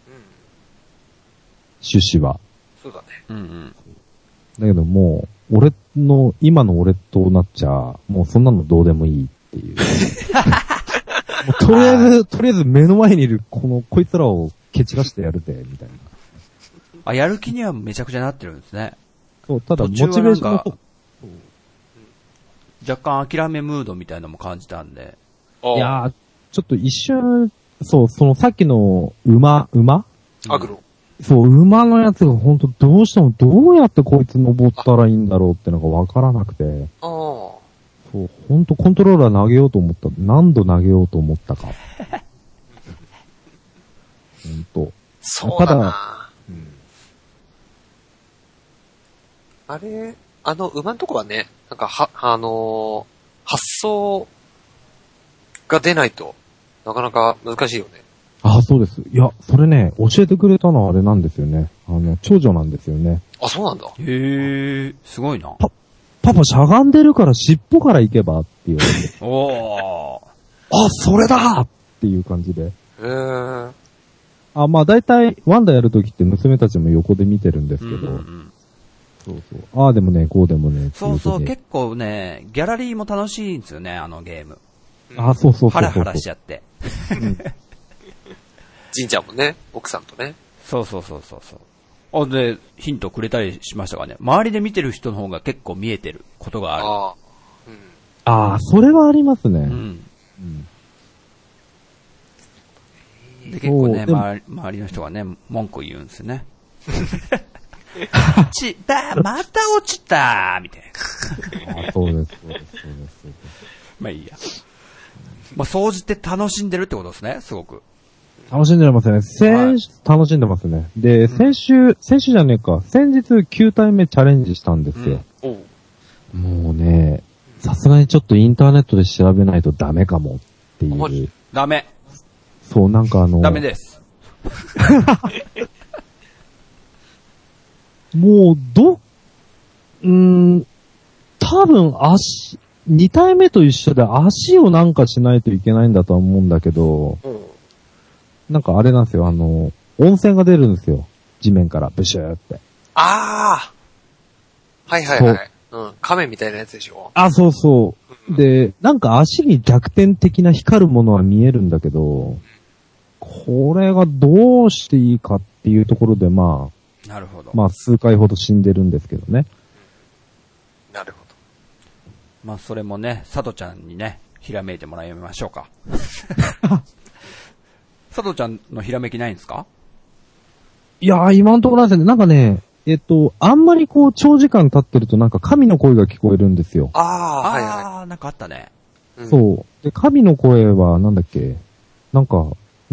趣旨は。
そうだね。
うんうん。
だけどもう、今の俺となっちゃ、もうそんなのどうでもいいっていう。もうとりあえず目の前にいるこいつらを蹴散らしてやるぜ、みたいな。
やる気にはめちゃくちゃなってるんですね。
そう、ただモチベーションの
若干諦めムードみたいなのも感じたんで。
いやー、ちょっと一瞬、そう、そのさっきの馬
アグロ。
そう、馬のやつがほんとどうしてもどうやってこいつ登ったらいいんだろうってのがわからなくて。そう、ほんとコントローラー投げようと思った。何度投げようと思ったか。ほんと。
そうだな、あれ、馬のとこはね、なんか発想が出ないと、なかなか難しいよね。
そうです。いや、それね、教えてくれたのはあれなんですよね。長女なんですよね。
そうなんだ。
へー、すごいな。
パパしゃがんでるから尻尾から行けばって言われて。それだっていう感じで。まあ大体、ワンダやるときって娘たちも横で見てるんですけど。そうそう。でもね、こうでもね。
そうそう、結構ね、ギャラリーも楽しいんですよね、あのゲーム。
そうそう。
ハラハラしちゃって。
ジンちゃんもね、奥さんとね。
そう。で、ヒントくれたりしましたかね。周りで見てる人の方が結構見えてることがある。
それはありますね。
で、結構ね、周りの人がね、文句言うんですね。また落ちたみたいな。
そうです。
まあいいや。総じて楽しんでるってことですね、すごく。
楽しんでますね。楽しんでますね。で、先週じゃねえか。先日9体目チャレンジしたんですよ。もうね、 さすがにちょっとインターネットで調べないとダメかもっていう。
ダメ。
そう、なんか
ダメです。
もう、多分2体目と一緒で足をなんかしないといけないんだとは思うんだけど、なんかあれなんですよ、温泉が出るんですよ。地面からブシューって。
ああはいはいはい。亀みたいなやつでしょ。
あ、そうそう。で、なんか足に弱点的な光るものは見えるんだけど、これがどうしていいかっていうところで、まあ、
なるほど。
まあ数回ほど死んでるんですけどね。
なるほど。
まあそれもね、佐藤ちゃんにね、ひらめいてもらいましょうか。佐藤ちゃんのひらめきないんですか？
いやー、今のところなんですよね。なんかね、あんまりこう長時間経ってるとなんか神の声が聞こえるんですよ。
はいはい。
なんかあったね。
そう。で、神の声はなんだっけ？なんか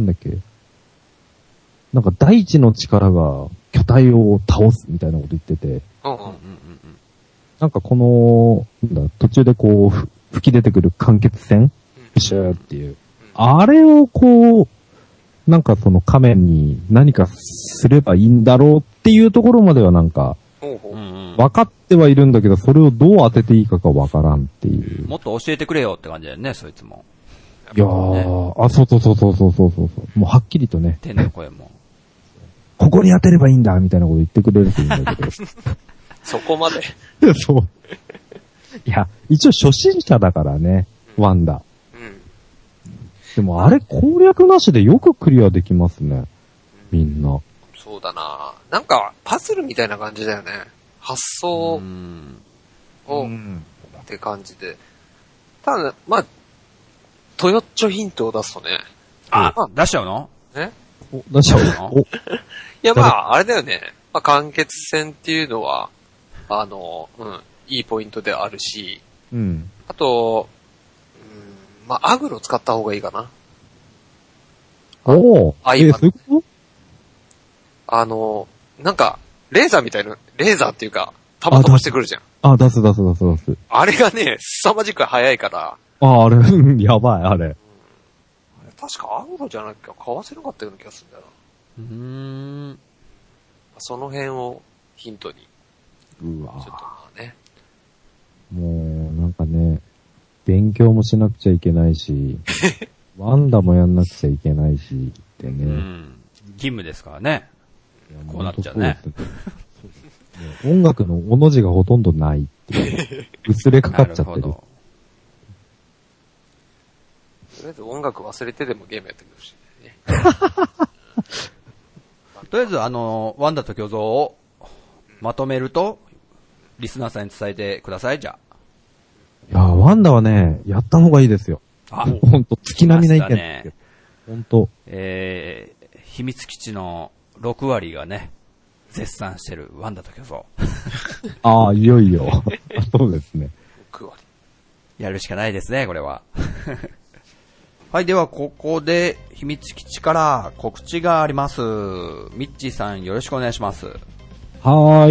大地の力が巨体を倒すみたいなこと言ってて。なんかこの、途中でこう、吹き出てくる間欠泉シューっていう。あれをこう、なんかその仮面に何かすればいいんだろうっていうところまではなんか、分かってはいるんだけど、それをどう当てていいかが分からんっていう。
もっと教えてくれよって感じだよね、そいつも。
いやー、そう。もうはっきりとね。
天の声も。
ここに当てればいいんだみたいなこと言ってくれるといいんだけど。
そこまで。
そう。いや、一応初心者だからね、ワンダ。でもあれ攻略なしでよくクリアできますね。みんな。
そうだな。なんか、パズルみたいな感じだよね。発想を、って感じで。ただ、まあ、トヨッチョヒントを出すとね。
出しちゃうの？
出しちゃうの？
いや、まあ、あれだよね。まあ、間欠泉っていうのは、いいポイントであるし、あと、まあ、アグロ使った方がいいかな。
そういう
こと？なんか、レーザーっていうか、弾飛ばしてくるじゃん。
出す。
あれがね、凄まじく速いから。
あれ、やばい、あれ。
確かアグロじゃなきゃ買わせなかったような気がするんだよな。その辺をヒントに。
うわ
ちょっとまあね。
もう、なんかね、勉強もしなくちゃいけないし、ワンダもやんなくちゃいけないし、ってね。
義務ですからね。こうなっちゃうね。
音楽のおの字がほとんどないっていう。薄れかかっちゃってる。
とりあえず音楽忘れてでもゲームやってくるしね。
とりあえずワンダと巨像をまとめると、リスナーさんに伝えてください、じゃあ。
いや、ワンダはね、やった方がいいですよ。ほんと、月並みな意見ですけど。ほんと。
秘密基地の6割がね、絶賛してるワンダと巨像。
いよいよ。そうですね。
6割。
やるしかないですね、これは。はい、ではここで秘密基地から告知があります。ミッチーさんよろしくお願いします。
第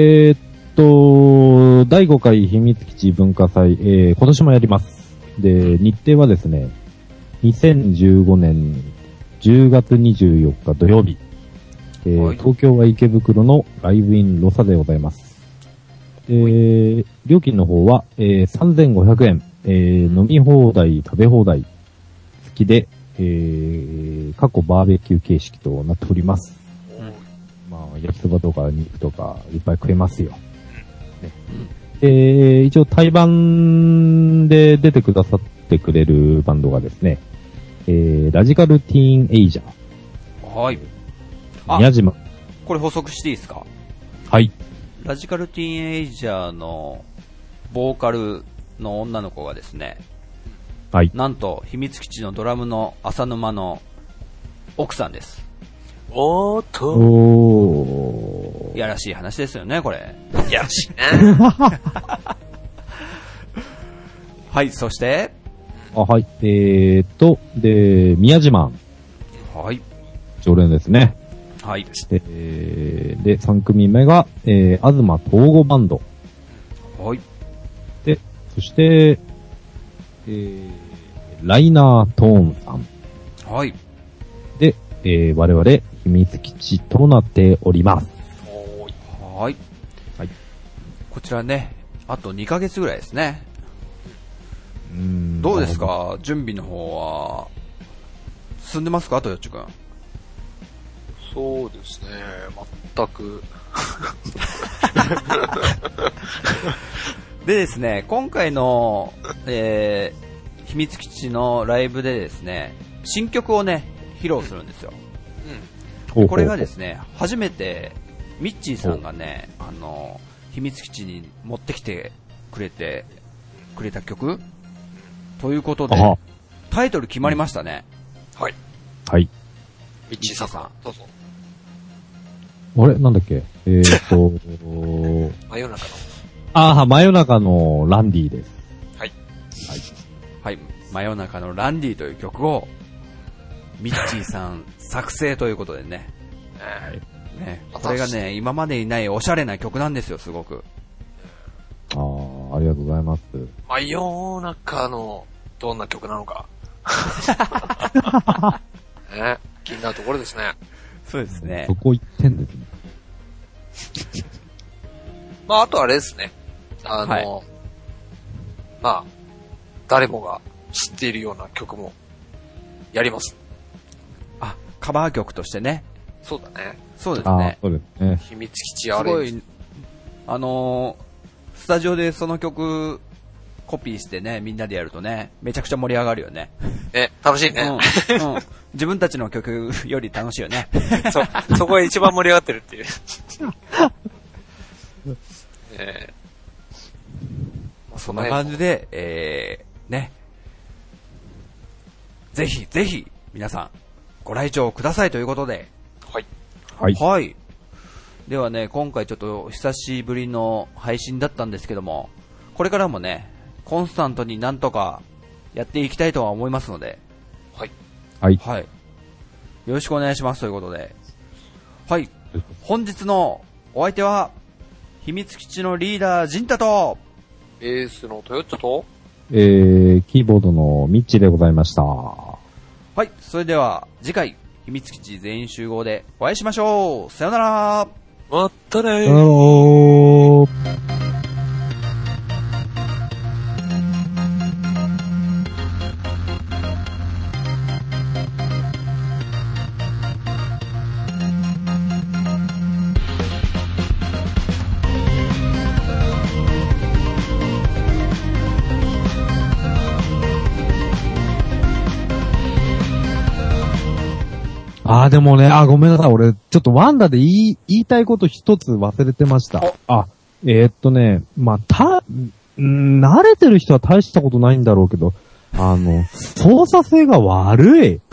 5回秘密基地文化祭、今年もやります。で、日程はですね、2015年10月24日土曜日、東京は池袋のライブインロサでございます。料金の方は、3500円、飲み放題、食べ放題付きで、過去バーベキュー形式となっております。まあ、焼きそばとか肉とかいっぱい食えますよ。一応対バンで出てくださってくれるバンドがですね、ラジカルティーンエイジャー。
はい。
宮島。
これ補足していいですか？
はい。
ラジカルティーンエイジャーのボーカルの女の子がですね、
はい。
なんと秘密基地のドラムの浅沼の奥さんです。
おーと。
おー。
やらしい話ですよね、これ。
やらしいね。
はい、そして、
はい。で、宮島。
はい。
常連ですね。
はい。
で、3組目が、東東バンド。
はい。
で、 そして、ライナートーンさん。
はい。
で、我々、秘密基地となっております。
はい。
はい。
こちらね、あと2ヶ月ぐらいですね。どうですか、準備の方は。進んでますか、豊地くん。
そうですね、全く。
でですね、今回の、秘密基地のライブでですね、新曲をね、披露するんですよ。でこれがですね、初めて、ミッチーさんがね、秘密基地に持ってきてくれた曲ということで、タイトル決まりましたね。
はい。
はい。
ミッチーさん、どうぞ。
あれなんだっけ
真夜中の。
真夜中のランディです。
はい。
はい。はい。真夜中のランディという曲を、ミッチーさん作成ということでね。ね、これがね、今までにないおしゃれな曲なんですよ、すごく。
ありがとうございます。
真夜中の、どんな曲なのか。ね、気になるところですね。
そうですね。
そこ行ってんですね。
まあ、あとあれですね。はい、まあ、誰もが知っているような曲も、やります。
カバー曲としてね。
そうだね。
そうですね。
そうですね。
秘密基地あれ。す
ごい、スタジオでその曲、コピーしてね、みんなでやるとね、めちゃくちゃ盛り上がるよね。
ね、楽しいね。うん。
自分たちの曲より楽しいよね。
そこが一番盛り上がってるっていう。
そんな感じで、ね。ぜひ、ぜひ、皆さん、ご来場くださいということで。
はい。
はい。
はい。ではね、今回ちょっと久しぶりの配信だったんですけども、これからもね、コンスタントになんとかやっていきたいとは思いますので。
はい。
はい。
はい。よろしくお願いしますということで。はい。本日のお相手は、秘密基地のリーダー、ジンタと、
ベースのトヨッチョと、
キーボードのミッチーでございました。
はい。それでは、次回、秘密基地全員集合でお会いしましょう。さよなら。
またねー。
ハロー。でもね、ごめんなさい。俺、ちょっとワンダで言いたいこと一つ忘れてました。まあ、慣れてる人は大したことないんだろうけど、操作性が悪い。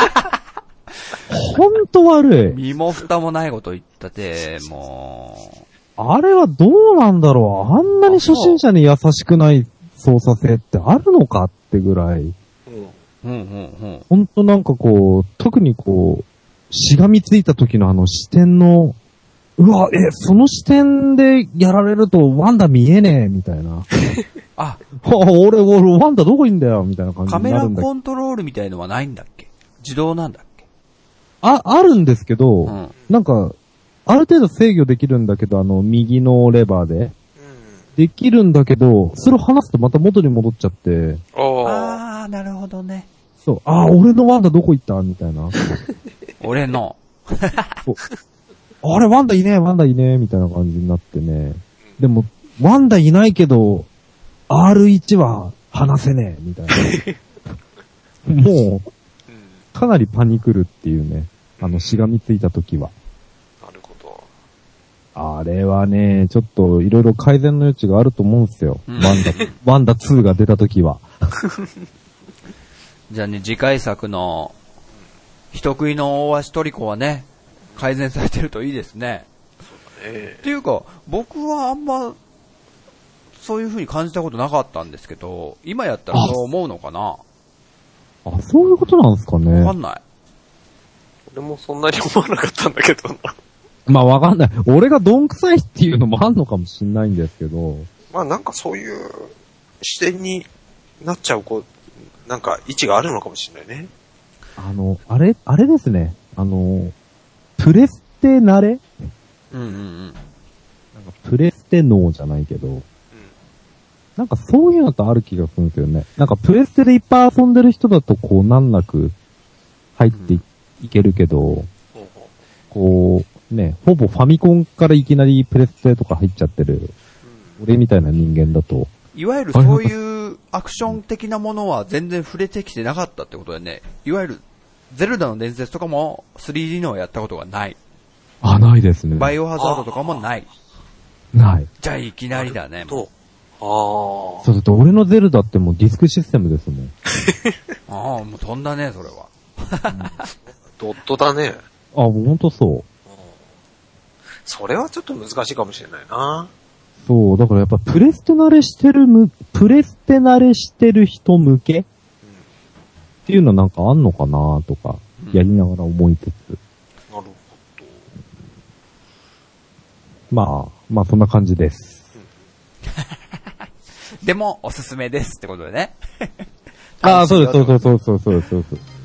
ほんと悪い。
身も蓋もないこと言ったて、も
う。あれはどうなんだろう。あんなに初心者に優しくない操作性ってあるのかってぐらい。ほんとなんかこう、特にこう、しがみついた時の視点の、その視点でやられるとワンダ見えねえ、みたいな。俺、ワンダどこいんだよ、みたいな感じになるんだ。
カメラコントロールみたいのはないんだっけ？自動なんだっけ？
あるんですけど、なんか、ある程度制御できるんだけど、右のレバーで。できるんだけど、それを離すとまた元に戻っちゃって。
なるほどね。
そう、俺のワンダどこ行ったみたいな。
俺の。
そう。あれ、ワンダいねえ、みたいな感じになってね。でも、ワンダいないけど、R1 は離せねえ、みたいな。もう、かなりパニクるっていうね。しがみついた時は。
なるほど。
あれはね、ちょっといろいろ改善の余地があると思うんですよ。ワンダ2が出た時は。
じゃあね、次回作の、人食いの大足トリコはね、改善されてるといいですね。っていうか、僕はあんま、そういう風に感じたことなかったんですけど、今やったらそう思うのかな？
そういうことなんですかね。
わかんない。
俺もそんなに思わなかったんだけどな。
まあわかんない。俺がどんくさいっていうのもあんのかもしんないんですけど。
まあなんかそういう視点になっちゃうなんか位置があるのかもしれないね。
あれですね。プレステ慣れ？
うんうんうん。なんか
プレステ脳じゃないけど、なんかそういうのとある気がするんですよね。なんかプレステでいっぱい遊んでる人だとこう難なく入っていけるけど、こうね、ほぼファミコンからいきなりプレステとか入っちゃってる、俺みたいな人間だと。
いわゆるそういうアクション的なものは全然触れてきてなかったってことでね。いわゆるゼルダの伝説とかも 3D のをやったことがない。
ないですね。
バイオハザードとかもない。
ない。
じゃあいきなりだね。
そうだって俺のゼルダってもうディスクシステムですもん。
もう飛んだね、それは。
ドットだね。
ほんとそう。
それはちょっと難しいかもしれないな。
そう、だからやっぱプレステ慣れしてる人向けっていうのはなんかあんのかなとか、やりながら思いつつ。
なるほど。
まあそんな感じです。
でも、おすすめですってことでね。
そうです。